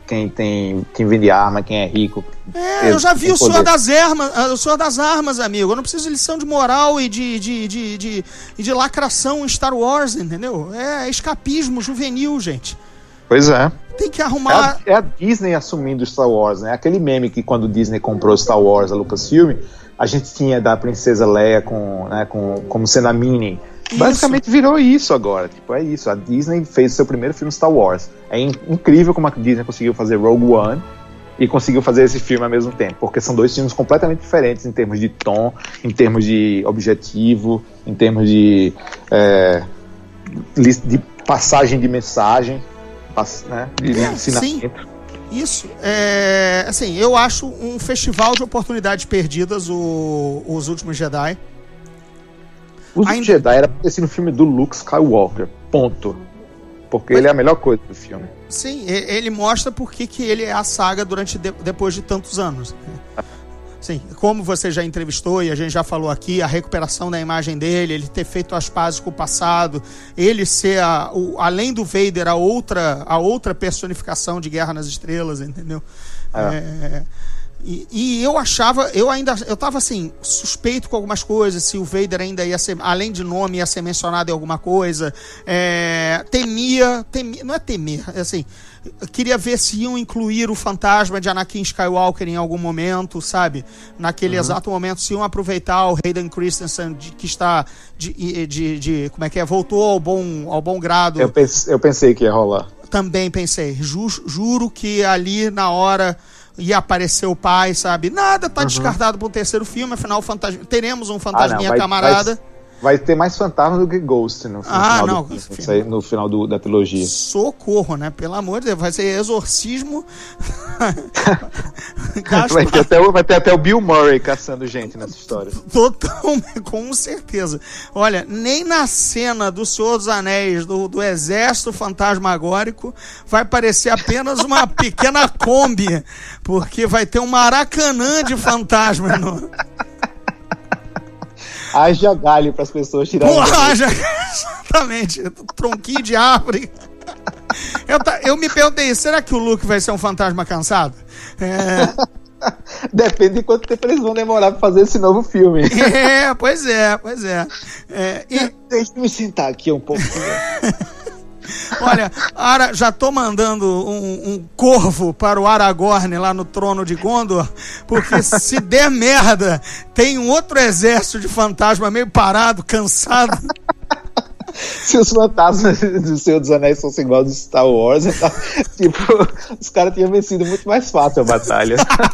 E: quem tem, quem vende arma, quem é rico.
D: É, eu já vi o Senhor das Armas, o Senhor das Armas, amigo. Eu não preciso de lição de moral e de, de, de, de, de, de lacração em Star Wars, entendeu? É escapismo juvenil, gente.
E: Pois é.
D: Tem que arrumar...
E: É a, é a Disney assumindo Star Wars, né? Aquele meme que quando Disney comprou Star Wars, a Lucasfilm, a gente tinha da Princesa Leia com, né, com, como sendo a Minnie. Isso. Basicamente virou isso agora, tipo, é isso, a Disney fez o seu primeiro filme Star Wars. É in- incrível como a Disney conseguiu fazer Rogue One e conseguiu fazer esse filme ao mesmo tempo, porque são dois filmes completamente diferentes em termos de tom, em termos de objetivo, em termos de, é, de passagem de mensagem, né, de
D: é,
E: ensinamento.
D: Sim. Isso, é, assim, eu acho um festival de oportunidades perdidas o, os Últimos Jedi.
E: Os Ainda... Jedi era pra ter sido um filme do Luke Skywalker, ponto. Porque Mas... ele é a melhor coisa do filme.
D: Sim, ele mostra por que que ele é a saga durante de... depois de tantos anos. Sim, como você já entrevistou e a gente já falou aqui, a recuperação da imagem dele, ele ter feito as pazes com o passado, ele ser, a, o, além do Vader, a outra, a outra personificação de Guerra nas Estrelas, entendeu? É... É... E, e eu achava, eu ainda, eu tava assim, suspeito com algumas coisas, se o Vader ainda ia ser, além de nome, ia ser mencionado em alguma coisa, é, temia, temia, não é temer, é assim, queria ver se iam incluir o fantasma de Anakin Skywalker em algum momento, sabe, naquele uhum. exato momento, se iam aproveitar o Hayden Christensen, de, que está, de, de, de, de, como é que é, voltou ao bom, ao bom grado.
E: Eu pensei, eu pensei que ia rolar.
D: Também pensei, Ju, juro que ali na hora... ia aparecer o pai, sabe? Nada tá uhum. descartado para um terceiro filme, afinal fantasma... teremos um fantasminha ah, não, vai, camarada. Vai,
E: vai ter mais fantasma do que Ghost no, no
D: ah,
E: final,
D: não,
E: do, filme. no final do, da trilogia.
D: Socorro, né? Pelo amor de Deus, vai ser exorcismo.
E: vai, ter até o, vai ter até o Bill Murray caçando gente nessa história.
D: Totalmente, com certeza. Olha, nem na cena do Senhor dos Anéis, do, do Exército Fantasmagórico, vai parecer apenas uma pequena Kombi, porque vai ter um Maracanã de fantasmas no...
E: Haja galho para as pessoas tirarem.
D: Porra, haja... Exatamente. Tronquinho de árvore. Eu, tá... eu me perguntei, será que o Luke vai ser um fantasma cansado? É...
E: Depende de quanto tempo eles vão demorar para fazer esse novo filme.
D: É, pois é, pois é. é e...
E: Deixa eu me sentar aqui um pouco.
D: Olha, Ara, já tô mandando um, um corvo para o Aragorn lá no trono de Gondor, porque se der merda, tem um outro exército de fantasma meio parado, cansado.
E: Se os fantasmas do Senhor dos Anéis fossem igual dos Star Wars, então, tipo, os caras tinham vencido muito mais fácil a batalha.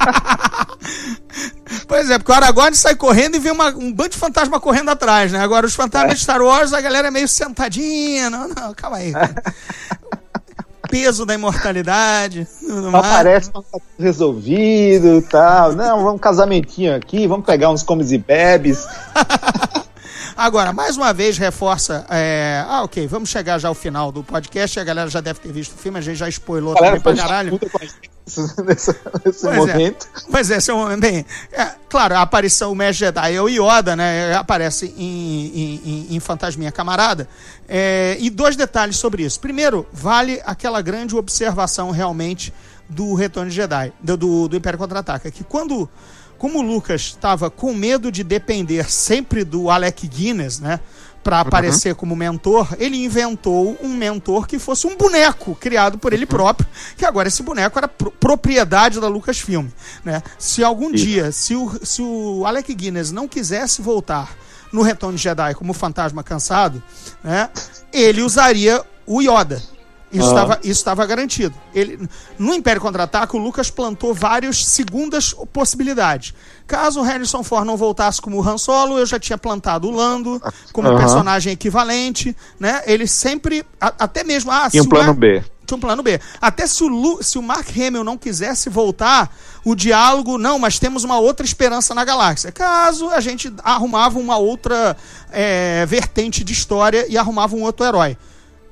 D: Pois é, porque o Aragorn sai correndo e vê uma, um bando de fantasma correndo atrás, né? Agora, os fantasmas é. de Star Wars, a galera é meio sentadinha. Não, não, calma aí. Peso da imortalidade.
E: Não parece que tá resolvido e tal. Não, vamos um casamentinho aqui, vamos pegar uns comes e bebes.
D: Agora, mais uma vez, reforça... É... Ah, ok, vamos chegar já ao final do podcast. A galera já deve ter visto o filme, a gente já spoilou também pra caralho.
E: Nesse, nesse momento.
D: É, pois é, esse é um momento. Bem, é, claro, a aparição, o Mestre Jedi é o Yoda, né? Aparece em, em, em, em Fantasminha Camarada. É, e dois detalhes sobre isso. Primeiro, vale aquela grande observação realmente do Retorno de Jedi, do, do, do Império Contra-Ataca, que quando... Como o Lucas estava com medo de depender sempre do Alec Guinness, né, para aparecer uhum. como mentor, ele inventou um mentor que fosse um boneco criado por ele próprio, que agora esse boneco era pro- propriedade da Lucasfilm, né? Se algum Isso. dia, se o, se o Alec Guinness não quisesse voltar no Retorno de Jedi como fantasma cansado, né, ele usaria o Yoda. Isso estava ah. isso estava garantido. Ele, no Império Contra-Ataca, o Lucas plantou várias segundas possibilidades. Caso o Harrison Ford não voltasse como Han Solo, eu já tinha plantado o Lando como uh-huh. personagem equivalente, né? Ele sempre, a, até mesmo... Ah,
E: e um plano Mar... B.
D: Tinha um plano B. Até se o, Lu, se o Mark Hamill não quisesse voltar, o diálogo, não, mas temos uma outra esperança na galáxia. Caso a gente arrumava uma outra é, vertente de história e arrumava um outro herói.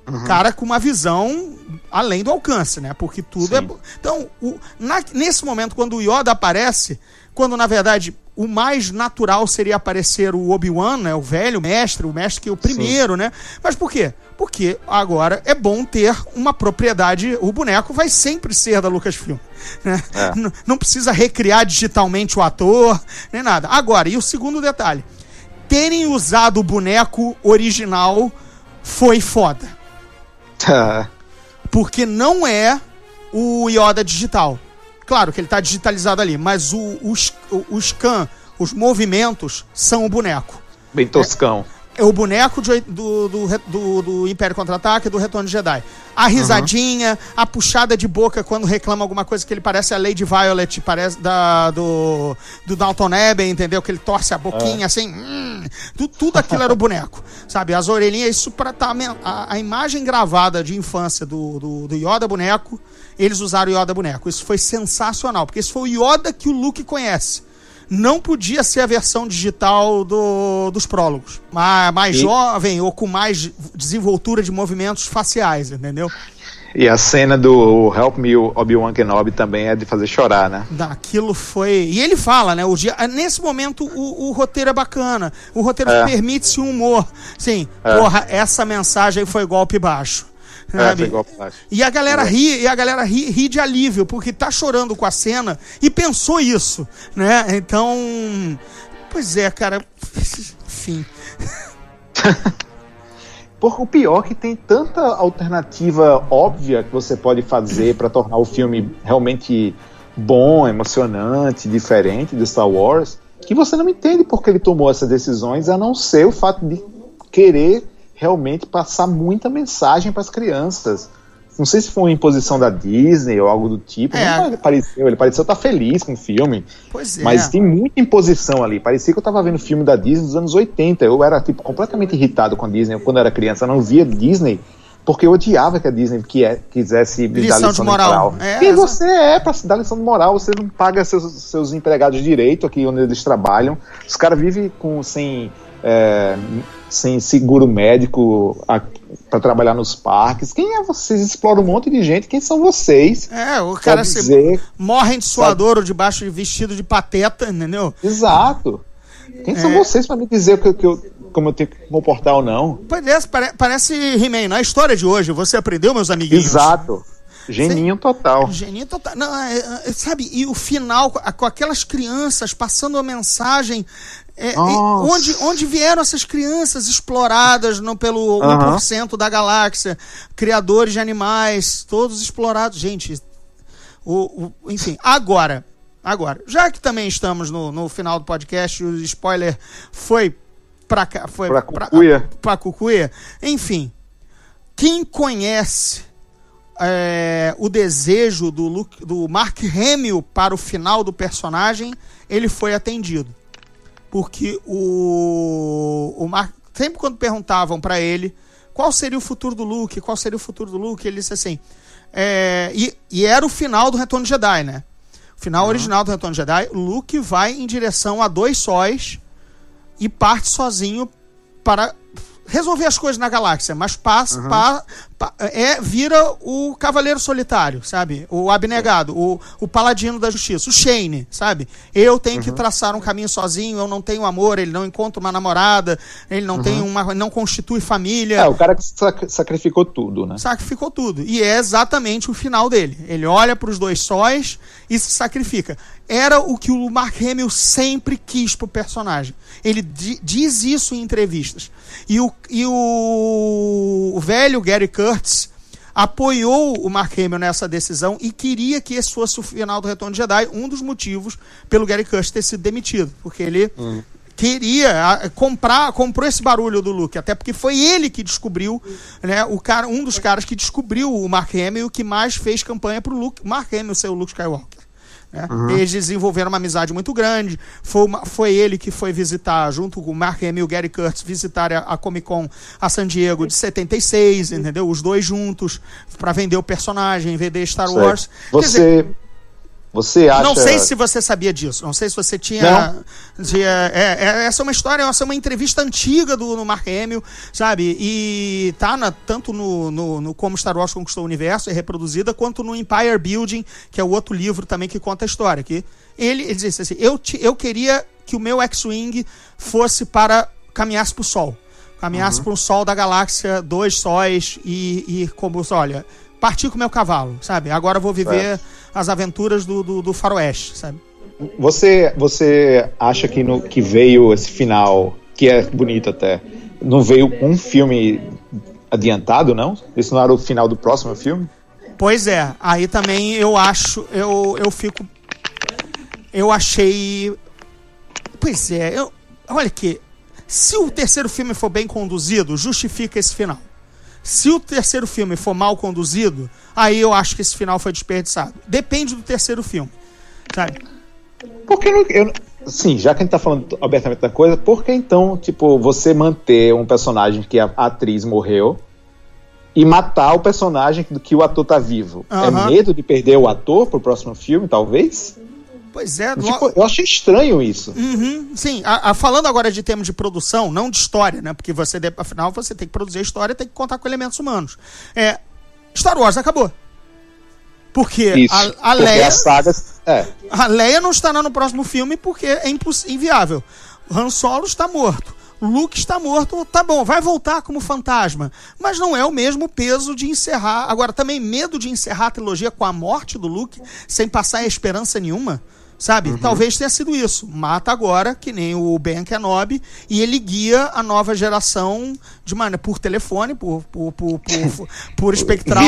D: Uhum. Cara com uma visão além do alcance, né? Porque tudo Sim. é... Então, o, na, nesse momento, quando o Yoda aparece, quando, na verdade, o mais natural seria aparecer o Obi-Wan, né? O velho mestre, o mestre que é o primeiro, Sim. né? Mas por quê? Porque agora é bom ter uma propriedade... O boneco vai sempre ser da Lucasfilm, né? É. N- não precisa recriar digitalmente o ator, nem nada. Agora, e o segundo detalhe. Terem usado o boneco original foi foda. Porque não é o Yoda digital. Claro que ele está digitalizado ali, mas o, os, o, os scan, os movimentos são o boneco.
E: Bem toscão.
D: É, é o boneco de, do, do, do, do Império Contra-Ataque e do Retorno de Jedi. A risadinha, uhum. a puxada de boca quando reclama alguma coisa que ele parece a Lady Violet, parece da, do, do Dalton Abbey, entendeu? Que ele torce a boquinha é. assim. Hum, tudo, tudo aquilo era o boneco, sabe? As orelhinhas, isso para tá, a, a imagem gravada de infância do, do, do Yoda boneco, eles usaram o Yoda boneco. Isso foi sensacional, porque esse foi o Yoda que o Luke conhece. Não podia ser a versão digital do, dos prólogos. Mais, mais jovem ou com mais desenvoltura de movimentos faciais, entendeu?
E: E a cena do Help Me Obi-Wan Kenobi também é de fazer chorar, né?
D: Aquilo foi... E ele fala, né? O dia... Nesse momento o, o roteiro é bacana. O roteiro é. permite-se um humor. Sim, é. porra, essa mensagem foi golpe baixo.
E: É, igual,
D: e a galera é. ri, e a galera ri, ri de alívio, porque tá chorando com a cena e pensou isso, né? Então, pois é, cara, enfim.
E: Porque o pior é que tem tanta alternativa óbvia que você pode fazer para tornar o filme realmente bom, emocionante, diferente de Star Wars, que você não entende porque ele tomou essas decisões, a não ser o fato de querer realmente passar muita mensagem para as crianças. Não sei se foi uma imposição da Disney ou algo do tipo.
D: É.
E: Não, ele pareceu, ele pareceu estar feliz com o filme.
D: Pois é.
E: Mas tem muita imposição ali. Parecia que eu estava vendo filme da Disney dos anos oitenta. Eu era tipo completamente irritado com a Disney. Quando eu era criança, eu não via Disney porque eu odiava que a Disney que é, quisesse me
D: lição
E: dar lição
D: de moral.
E: De moral.
D: É,
E: Quem essa... você é para se dar lição de moral? Você não paga seus, seus empregados direito aqui onde eles trabalham. Os caras vivem com, sem... É, sem seguro médico para trabalhar nos parques. Quem é vocês? Exploram um monte de gente. Quem são vocês?
D: É, o cara se
E: dizer,
D: morrem de suadouro debaixo de vestido de pateta, entendeu?
E: Exato. Quem é. são vocês para me dizer que, que eu, como eu tenho que comportar ou não?
D: Parece, parece He-Man. Na história de hoje, você aprendeu, meus amiguinhos?
E: Exato. Geninho total.
D: Geninho total. Não, é, é, sabe, e o final, com aquelas crianças passando a mensagem... É, onde, onde vieram essas crianças exploradas no, pelo uhum. um por cento da galáxia, criadores de animais, todos explorados. Gente, o, o, enfim, agora, agora, já que também estamos no, no final do podcast, o spoiler foi pra cá, foi
E: pra Cucuia.
D: Pra, pra Cucuia. Enfim, quem conhece é, o desejo do, Luke, do Mark Hamill para o final do personagem, ele foi atendido. Porque o, o Mark, sempre quando perguntavam para ele qual seria o futuro do Luke, qual seria o futuro do Luke, ele disse assim, é, e, e era o final do Retorno de Jedi, né? O final uhum. original do Retorno de Jedi, o Luke vai em direção a dois sóis e parte sozinho para resolver as coisas na galáxia, mas passa, uhum. pa, pa, é, vira o Cavaleiro Solitário, sabe? O abnegado, o, o paladino da justiça, o Shane, sabe? Eu tenho uhum. que traçar um caminho sozinho, eu não tenho amor, ele não encontra uma namorada, ele não uhum. tem uma, não constitui família.
E: É, o cara que sac- sacrificou tudo, né?
D: Sacrificou tudo. E é exatamente o final dele. Ele olha para os dois sóis e se sacrifica. Era o que o Mark Hamill sempre quis pro personagem. Ele di- diz isso em entrevistas. E o, e o, o velho Gary Kurtz apoiou o Mark Hamill nessa decisão e queria que esse fosse o final do Retorno de Jedi, um dos motivos pelo Gary Kurtz ter sido demitido, porque ele hum. queria a, comprar, comprou esse barulho do Luke, até porque foi ele que descobriu, né, o cara, um dos caras que descobriu o Mark Hamill, que mais fez campanha pro Luke, Mark Hamill ser o Luke Skywalker. Né? Uhum. Eles desenvolveram uma amizade muito grande. Foi, uma, foi ele que foi visitar, junto com o Mark Hamill e o Gary Kurtz, visitar a, a Comic Con a San Diego de setenta e seis, entendeu? Os dois juntos, para vender o personagem, vender Star Wars.
E: Você,
D: dizer...
E: Você acha...
D: Não sei se você sabia disso, não sei se você tinha... tinha é, é, essa é uma história, essa é uma entrevista antiga do no Mark Hamill, sabe? E tá na, tanto no, no, no Como Star Wars Conquistou o Universo, é reproduzida, quanto no Empire Building, que é o outro livro também que conta a história. Que ele, ele disse assim, eu, te, eu queria que o meu X-Wing fosse para... caminhasse para o Sol. Caminhasse uhum. para o Sol da galáxia, dois sóis, e, e como, olha... partir com o meu cavalo, sabe? Agora eu vou viver é. as aventuras do, do, do faroeste, sabe?
E: Você, você acha que, no, que veio esse final, que é bonito até, não veio um filme adiantado, não? Esse não era o final do próximo filme?
D: Pois é, aí também eu acho, eu, eu fico... Eu achei... Pois é, eu, olha aqui, se o terceiro filme for bem conduzido, justifica esse final. Se o terceiro filme for mal conduzido, aí eu acho que esse final foi desperdiçado. Depende do terceiro filme, sabe?
E: Por que não... Eu, sim, já que a gente tá falando abertamente da coisa, por que então, tipo, você manter um personagem que a, a atriz morreu e matar o personagem que o ator tá vivo? Uhum. É medo de perder o ator pro próximo filme, talvez?
D: Pois é.
E: Tipo, eu achei estranho isso.
D: Uhum, sim, a, a, falando agora de termos de produção, não de história, né? Porque você, afinal, você tem que produzir a história e tem que contar com elementos humanos. É, Star Wars acabou. Porque
E: isso,
D: a, a Leia...
E: A, sagas, é.
D: a Leia não estará no próximo filme porque é imposs, inviável. O Han Solo está morto. O Luke está morto, tá bom, vai voltar como fantasma. Mas não é o mesmo peso de encerrar... Agora, também medo de encerrar a trilogia com a morte do Luke, sem passar esperança nenhuma. Sabe? Uhum. Talvez tenha sido isso. Mata agora, que nem o Ben Kenobi, e ele guia a nova geração de maneira por telefone, por, por, por, por, por espectral.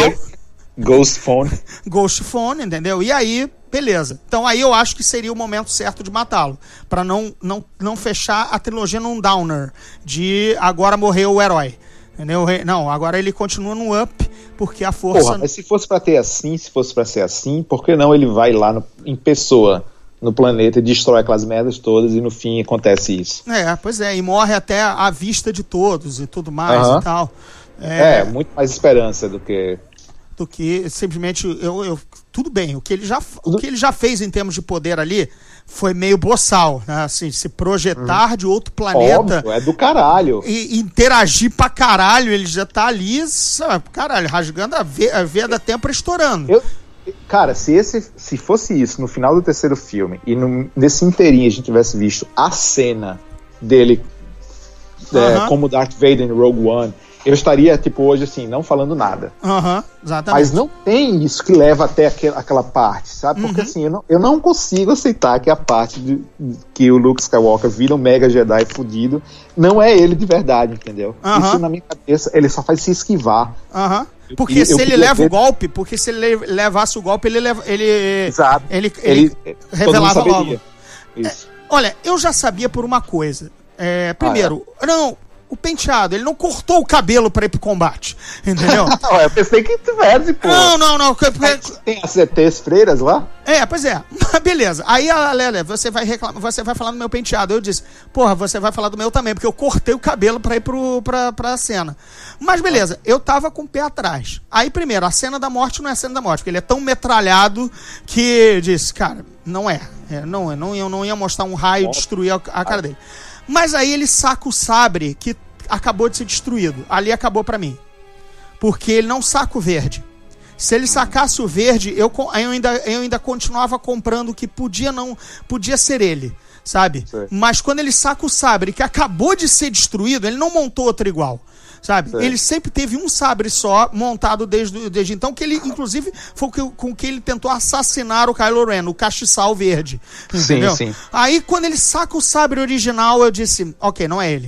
E: Ghost Phone.
D: Ghost Phone, entendeu? E aí, beleza. Então aí eu acho que seria o momento certo de matá-lo. Pra não, não, não fechar a trilogia num downer, de agora morreu o herói. Entendeu? Não, agora ele continua no up, porque a força...
E: Porra, mas se fosse pra ter assim, se fosse pra ser assim, por que não ele vai lá no, em pessoa... no planeta e destrói aquelas merdas todas e no fim acontece isso.
D: É, pois é, e morre até à vista de todos e tudo mais uh-huh. e tal.
E: É, é, muito mais esperança do que...
D: Do que simplesmente... Eu, eu, tudo bem, o que, ele já, o que ele já fez em termos de poder ali foi meio boçal, né? Assim, se projetar hum. de outro planeta...
E: Óbvio, é do caralho.
D: E interagir pra caralho, ele já tá ali, sabe, caralho, rasgando a veia, a veia da têmpora estourando.
E: Eu... Cara, se, esse, se fosse isso no final do terceiro filme e no, nesse inteirinho a gente tivesse visto a cena dele uh-huh. é, como Darth Vader em Rogue One, eu estaria, tipo, hoje assim, não falando nada.
D: Uhum, exatamente.
E: Mas não tem isso que leva até aquel, aquela parte, sabe? Porque
D: uhum.
E: assim, eu não, eu não consigo aceitar que a parte de, de, que o Luke Skywalker vira um mega Jedi fudido não é ele de verdade, entendeu?
D: Uhum.
E: Isso na minha cabeça, ele só faz se esquivar.
D: Aham. Uhum. Porque
E: eu,
D: se
E: eu
D: ele leva
E: ver...
D: o golpe, porque se ele levasse o golpe, ele leva, ele,
E: Exato.
D: ele, ele, ele revelava logo.
E: Isso.
D: É, olha, eu já sabia por uma coisa. É, primeiro, ah, é? não, o penteado, ele não cortou o cabelo pra ir pro combate, entendeu?
E: Não, eu pensei que tivesse, pô.
D: Não, não, não. Porque...
E: Tem as C Ts freiras lá?
D: É, pois é. Beleza. Aí a Lélia, você vai reclamar, você vai falar do meu penteado. Eu disse, porra, você vai falar do meu também, porque eu cortei o cabelo pra ir pro, pra, pra cena. Mas beleza, eu tava com o pé atrás. Aí, primeiro, a cena da morte não é a cena da morte, porque ele é tão metralhado que eu disse, cara, não é. é não, é, não, eu não ia mostrar um raio e destruir a, a cara dele. Mas aí ele saca o sabre que acabou de ser destruído. Ali acabou pra mim. Porque ele não saca o verde. Se ele sacasse o verde, eu, eu, ainda, eu ainda continuava comprando que podia não podia ser ele, sabe? Sim. Mas quando ele saca o sabre que acabou de ser destruído, ele não montou outro igual, sabe? Sim. Ele sempre teve um sabre só montado desde, desde então, que ele, inclusive, foi com que ele tentou assassinar o Kylo Ren, o castiçal verde, entendeu?
E: Sim, sim.
D: Aí, quando ele saca o sabre original, eu disse, ok, não é ele.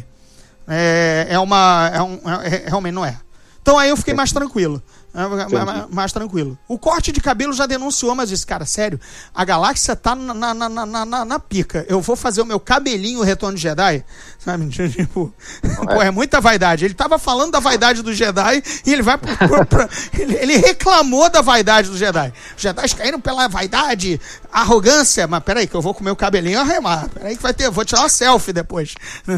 D: É, é uma... É um, é, realmente não é. Então aí eu fiquei mais tranquilo. Mais, mais tranquilo. O corte de cabelo já denunciou, mas disse, cara, sério, a galáxia tá na, na, na, na, na, na pica. Eu vou fazer o meu cabelinho Retorno de Jedi, sabe? Tipo, é. Pô, é muita vaidade. Ele tava falando da vaidade do Jedi e ele vai pro, pro, pro, ele, ele reclamou da vaidade do Jedi. Os Jedi caíram pela vaidade, arrogância. Mas peraí, que eu vou com o meu cabelinho arremar. Peraí que vai ter, vou tirar uma selfie depois.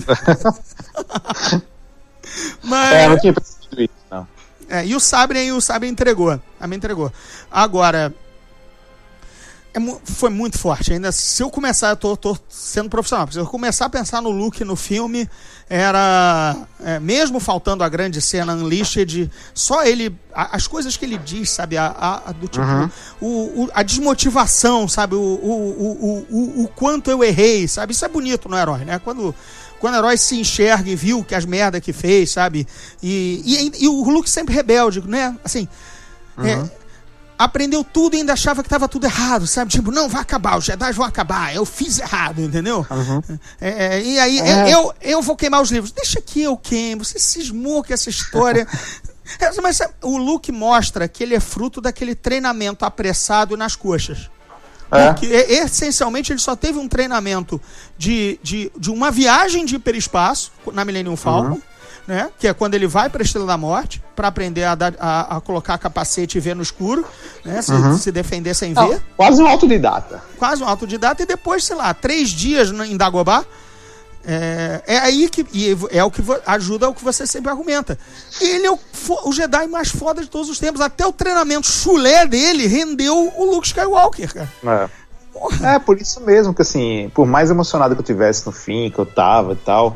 D: Mas...
E: É, eu não tinha percebido isso, não.
D: É, e o Sabre aí, o Sabre entregou. A me entregou. Agora, é, foi muito forte. Ainda se eu começar, eu tô, tô sendo profissional, se eu começar a pensar no Luke no filme, era, é, mesmo faltando a grande cena Unleashed, só ele, a, as coisas que ele diz, sabe, a, a, a do tipo, uhum. o, o, a desmotivação, sabe, o, o, o, o, o quanto eu errei, sabe, isso é bonito no herói, né, quando... Quando o herói se enxerga e viu que as merdas que fez, sabe? E, e, e o Luke sempre rebelde, né? Assim, uhum. é, aprendeu tudo e ainda achava que estava tudo errado, sabe? Tipo, não, vai acabar, os Jedi vão acabar, eu fiz errado, entendeu? Uhum. É, e aí, é. eu, eu vou queimar os livros. Deixa que eu queimo, você cismou com essa história... é, mas o Luke mostra que ele é fruto daquele treinamento apressado nas coxas. Porque, é. essencialmente, ele só teve um treinamento de, de, de uma viagem de hiperespaço na Millennium Falcon, uhum. né? Que é quando ele vai para a Estrela da Morte para aprender a, dar, a, a colocar capacete e ver no escuro, né? Se, uhum. se defender sem ver.
E: Não, quase um autodidata.
D: Quase um autodidata. E depois, sei lá, três dias em Dagobah. É, é aí que e é o que ajuda o que você sempre argumenta. Ele é o, o Jedi mais foda de todos os tempos. Até o treinamento chulé dele rendeu o Luke Skywalker, cara.
E: É. é, por isso mesmo que, assim, por mais emocionado que eu tivesse no fim, que eu tava e tal,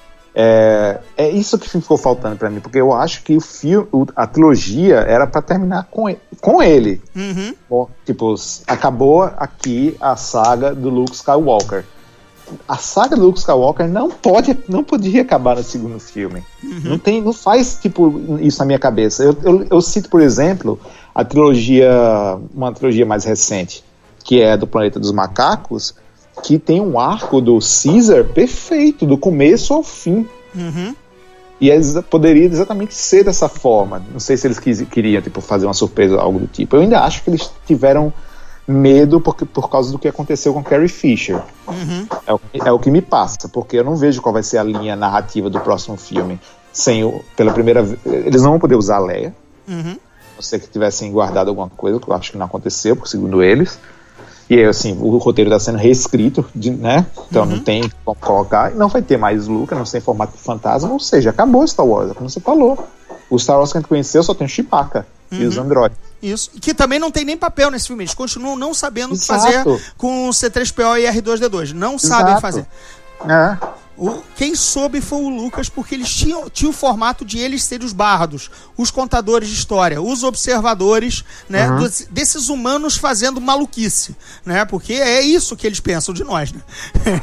E: é, é isso que ficou faltando pra mim, porque eu acho que o filme, a trilogia era pra terminar com ele. Com ele.
D: Uhum.
E: Bom, tipo, acabou aqui a saga do Luke Skywalker. A saga do Luke Skywalker não pode, não podia acabar no segundo filme. Uhum. Não tem, não faz tipo isso na minha cabeça. Eu, eu, eu cito, por exemplo, a trilogia, uma trilogia mais recente, que é do Planeta dos Macacos, que tem um arco do Caesar perfeito, do começo ao fim.
D: Uhum.
E: E eles poderia exatamente ser dessa forma. Não sei se eles quis, queriam tipo, fazer uma surpresa ou algo do tipo. Eu ainda acho que eles tiveram medo porque, por causa do que aconteceu com Carrie Fisher.
D: Uhum.
E: É, o, é o que me passa, porque eu não vejo qual vai ser a linha narrativa do próximo filme. Sem o, pela primeira vez, eles não vão poder usar a Leia.
D: Uhum.
E: A não ser que tivessem guardado alguma coisa, que eu acho que não aconteceu, porque segundo eles. E aí, assim, o roteiro está sendo reescrito, de, né? Então uhum. não tem como colocar. E não vai ter mais Luke, não sei em formato de fantasma. Ou seja, acabou Star Wars, como você falou. O Star Wars que a gente conheceu só tem o Chewbacca uhum. e os androides.
D: Isso, que também não tem nem papel nesse filme. Eles continuam não sabendo o que fazer com o C três P O e R dois D dois. Não Exato. sabem fazer.
E: É.
D: O, quem soube foi o Lucas, porque eles tinham, tinham o formato de eles serem os bardos, os contadores de história, os observadores, né, uhum. dos, desses humanos fazendo maluquice, né, porque é isso que eles pensam de nós, né?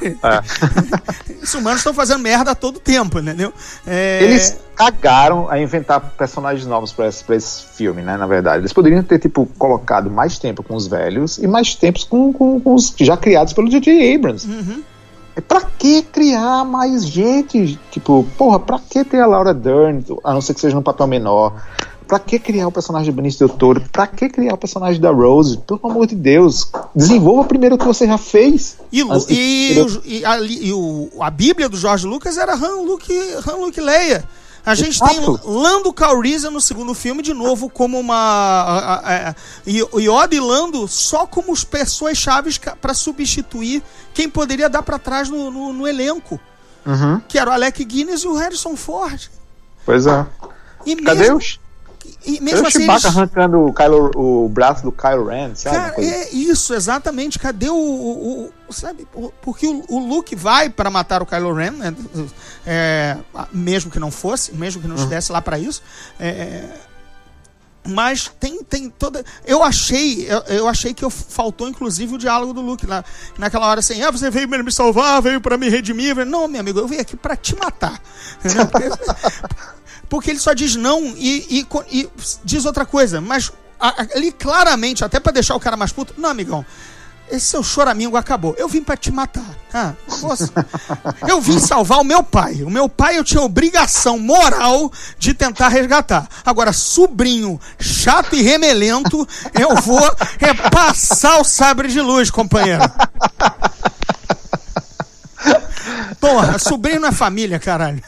D: É. Esses humanos estão fazendo merda a todo tempo, entendeu? É...
E: Eles cagaram a inventar personagens novos pra esse, pra esse filme, né, na verdade. Eles poderiam ter, tipo, colocado mais tempo com os velhos e mais tempo com, com, com os já criados pelo J J Abrams.
D: Uhum.
E: Pra que criar mais gente? Tipo, porra, pra que ter a Laura Dern, a não ser que seja num papel menor? Pra que criar o personagem do Benício Del Toro? Pra que criar o personagem da Rose? Pelo amor de Deus, desenvolva primeiro o que você já fez.
D: E, e, o, e, a, e o, a Bíblia do Jorge Lucas era Han, Luke, Han, Luke Leia. A gente Exato. tem Lando Calrissian no segundo filme, de novo, como uma... A, a, a, Yoda e Lando só como as pessoas chaves para substituir quem poderia dar para trás no, no, no elenco.
E: Uhum.
D: Que era o Alec Guinness e o Harrison Ford.
E: Pois é.
D: E
E: Cadê
D: mesmo,
E: os...
D: E mesmo
E: Cadê
D: assim,
E: o Chewbacca
D: eles...
E: arrancando o, Kylo, o braço do Kylo Ren, sabe?
D: Cara, é isso, exatamente. Cadê o... o, o sabe? Porque o, o Luke vai para matar o Kylo Ren, né? É, mesmo que não fosse, mesmo que não estivesse uhum. lá para isso. É, mas tem, tem toda... Eu achei, eu, eu achei que eu, faltou, inclusive, o diálogo do Luke. Na, naquela hora, assim, ah, você veio me salvar, veio para me redimir. Não, meu amigo, eu vim aqui para te matar. Porque ele só diz não e, e, e diz outra coisa. Mas ali claramente, até pra deixar o cara mais puto, não, amigão, esse seu choramingo acabou. Eu vim pra te matar. Ah, você... Eu vim salvar o meu pai. O meu pai eu tinha obrigação moral de tentar resgatar. Agora, sobrinho chato e remelento, eu vou é passar o sabre de luz, companheiro. Porra, sobrinho não é família, caralho.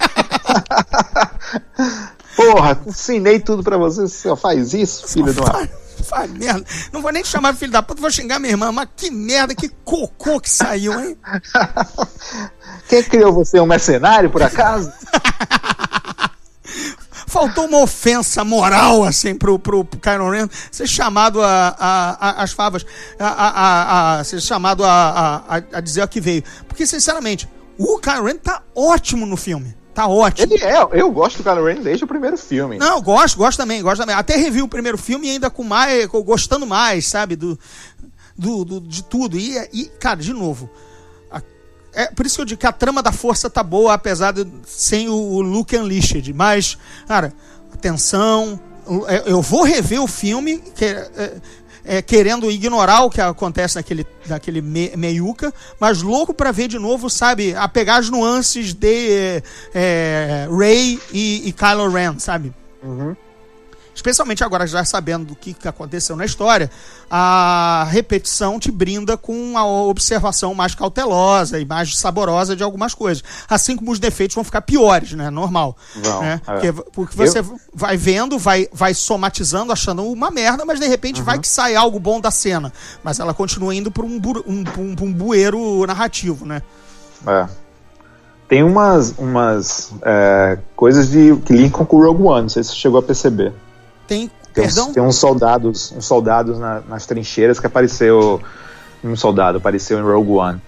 E: Porra, ensinei tudo pra você, você só faz isso, filho do ar.
D: Faz merda. Não vou nem te chamar de filho da puta, vou xingar minha irmã, mas que merda, que cocô que saiu, hein?
E: Quem criou você, um mercenário, por acaso?
D: faltou uma ofensa moral, assim, pro, pro, pro Kylo Ren ser chamado a, a, a, as favas, a, a, a, a, ser chamado a, a, a dizer o que veio. Porque, sinceramente, o Kylo Ren tá ótimo no filme. Tá ótimo.
E: Ele é, eu gosto do Kylo Ren desde o primeiro filme.
D: Não, gosto, gosto também, gosto também. Até revi o primeiro filme e ainda com mais, gostando mais, sabe, do, do, do, de tudo. E, e, cara, de novo, a, é por isso que eu digo que a trama da força tá boa, apesar de sem o, o Luke Unleashed. Mas, cara, atenção, eu vou rever o filme, que é, é, querendo ignorar o que acontece naquele, naquele me, meiuca, mas louco pra ver de novo, sabe, a pegar as nuances de é, Rey e, e Kylo Ren, sabe?
E: Uhum.
D: Especialmente agora, já sabendo do que, que aconteceu na história, a repetição te brinda com a observação mais cautelosa e mais saborosa de algumas coisas. Assim como os defeitos vão ficar piores, né? Normal.
E: Não,
D: né?
E: é.
D: Porque, porque você
E: Eu...
D: vai vendo, vai, vai somatizando, achando uma merda, mas de repente uhum. vai que sai algo bom da cena. Mas ela continua indo para um, bu- um, um, um bueiro narrativo, né?
E: É. Tem umas, umas é, coisas de, que linkam com o Rogue One, não sei se você chegou a perceber.
D: Tem,
E: tem
D: perdão?
E: Uns, tem uns soldados, uns soldados na, nas trincheiras que apareceu. Um soldado apareceu em Rogue One.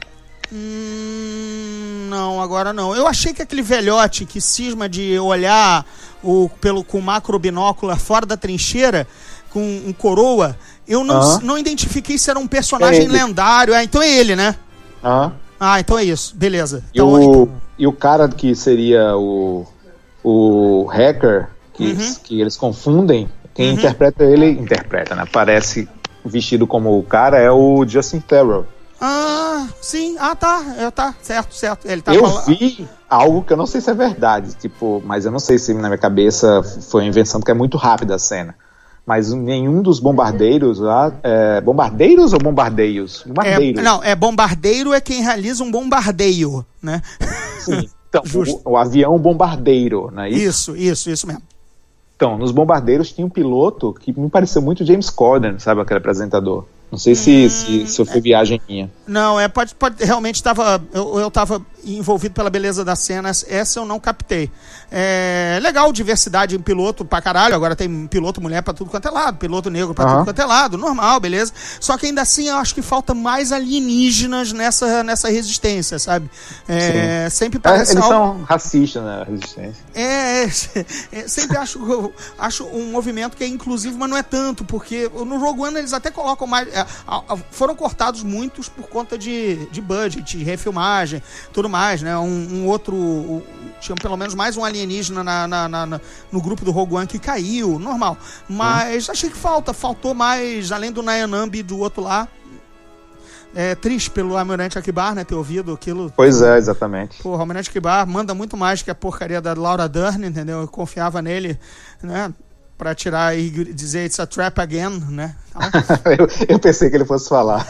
D: Hum, não, agora não. Eu achei que aquele velhote que cisma de olhar o, pelo, com macro binóculo fora da trincheira, com um coroa, eu não,
E: ah.
D: não identifiquei se era um personagem
E: é
D: lendário. Ah, então é ele, né?
E: Ah.
D: Ah, então é isso. Beleza.
E: E,
D: então,
E: o,
D: então...
E: e o cara que seria o, o hacker, que,
D: Uhum.
E: que eles confundem, quem
D: Uhum.
E: interpreta ele, interpreta, né? Parece vestido como o cara, é o Justin Theroux.
D: Ah, sim. Ah, tá. É, tá. Certo, certo. Ele tá
E: eu
D: falando...
E: vi algo que eu não sei se é verdade, tipo, mas eu não sei se na minha cabeça foi uma invenção, porque é muito rápida a cena. Mas nenhum dos bombardeiros lá... É, bombardeiros ou bombardeios? Bombardeiros.
D: É, não, é bombardeiro é quem realiza um bombardeio, né?
E: Sim. Então, o, o avião bombardeiro, não é isso?
D: Isso, isso, isso mesmo.
E: Então, nos bombardeiros tinha um piloto que me pareceu muito James Corden, sabe, aquele apresentador. Não sei se, hum, se, se foi viagem minha.
D: Não, é, pode, pode, realmente estava, eu, eu tava envolvido pela beleza da cena, essa eu não captei. É legal, diversidade em piloto pra caralho, agora tem piloto mulher pra tudo quanto é lado, piloto negro pra uhum. tudo quanto é lado, normal, beleza. Só que ainda assim eu acho que falta mais alienígenas nessa, nessa resistência, sabe? É, sempre parece
E: é, eles
D: algo...
E: são racistas, né, a resistência.
D: É, é, é sempre acho, acho um movimento que é inclusivo, mas não é tanto, porque no Rogue One eles até colocam mais... É, foram cortados muitos por conta de, de budget, de refilmagem, tudo mais, né? Um, um outro... Tinha pelo menos mais um alienígena na, na, na, na, no grupo do Rogue One que caiu, normal. Mas hum. achei que falta, faltou mais, além do Nayanambi e do outro lá. É triste pelo Almirante Akbar, né? Ter ouvido aquilo.
E: Pois é, exatamente.
D: Pô, o Almirante Akbar manda muito mais que a porcaria da Laura Dern, entendeu? Eu confiava nele, né? Pra tirar e dizer it's a trap again, né? Então...
E: eu, eu pensei que ele fosse falar.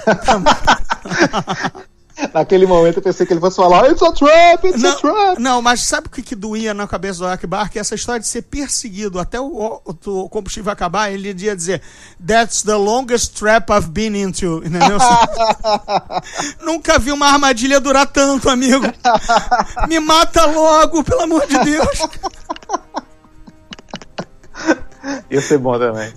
E: Naquele momento eu pensei que ele fosse falar it's a trap, it's
D: não,
E: a trap.
D: Não, mas sabe o que, que doía na cabeça do Akbar? Que essa história de ser perseguido até o, o, o combustível acabar, ele ia dizer that's the longest trap I've been into, entendeu? Nunca vi uma armadilha durar tanto, amigo. Me mata logo, pelo amor de Deus.
E: Ia ser bom também.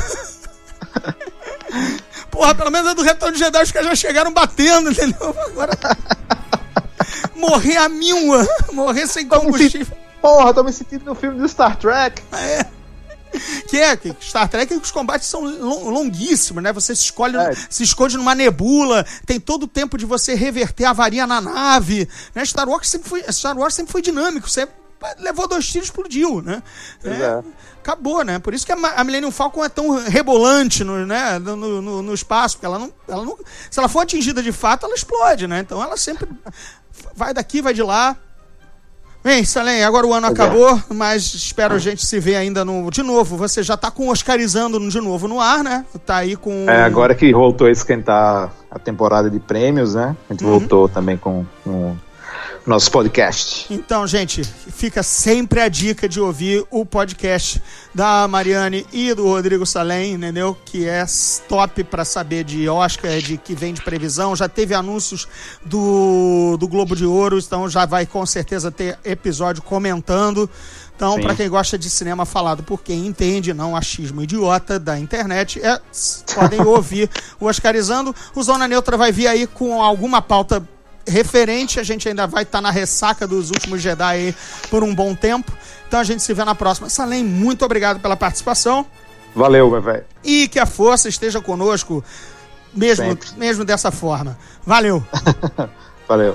D: Porra, pelo menos a do Retorno de Jedi os caras já chegaram batendo, entendeu? Agora... morrer a míngua, morrer sem combustível.
E: Me... Porra, tô me sentindo no filme do Star Trek.
D: É. Que é, que Star Trek, os combates são longuíssimos, né? Você se escolhe, é. se esconde numa nebula, tem todo o tempo de você reverter a avaria na nave, né? Star Wars sempre foi, Star Wars sempre foi dinâmico, você levou dois tiros e explodiu, né? É,
E: é.
D: Acabou, né? Por isso que a Millennium Falcon é tão rebolante no, né? no, no, no espaço, porque ela não, ela não... Se ela for atingida de fato, ela explode, né? Então ela sempre vai daqui, vai de lá. Bem, Salem, agora o ano acabou, mas espero a gente se ver ainda no... De novo, você já tá com Oscarizando de novo no ar, né? Tá aí com...
E: É, agora que voltou a esquentar a temporada de prêmios, né? A gente uhum. voltou também com... com... nosso podcast.
D: Então, gente, fica sempre a dica de ouvir o podcast da Mariane e do Rodrigo Salem, entendeu? Que é top para saber de Oscar, de que vem de previsão. Já teve anúncios do, do Globo de Ouro, então já vai com certeza ter episódio comentando. Então, para quem gosta de cinema falado por quem entende, não achismo idiota da internet, é, podem ouvir o Oscarizando. O Zona Neutra vai vir aí com alguma pauta referente, a gente ainda vai estar tá na ressaca dos últimos Jedi aí por um bom tempo. Então a gente se vê na próxima. Salem, muito obrigado pela participação.
E: Valeu, meu velho.
D: E que a força esteja conosco mesmo, mesmo dessa forma. Valeu.
E: Valeu.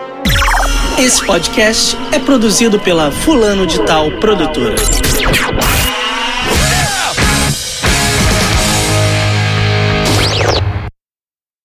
A: Esse podcast é produzido pela Fulano de Tal Produtora.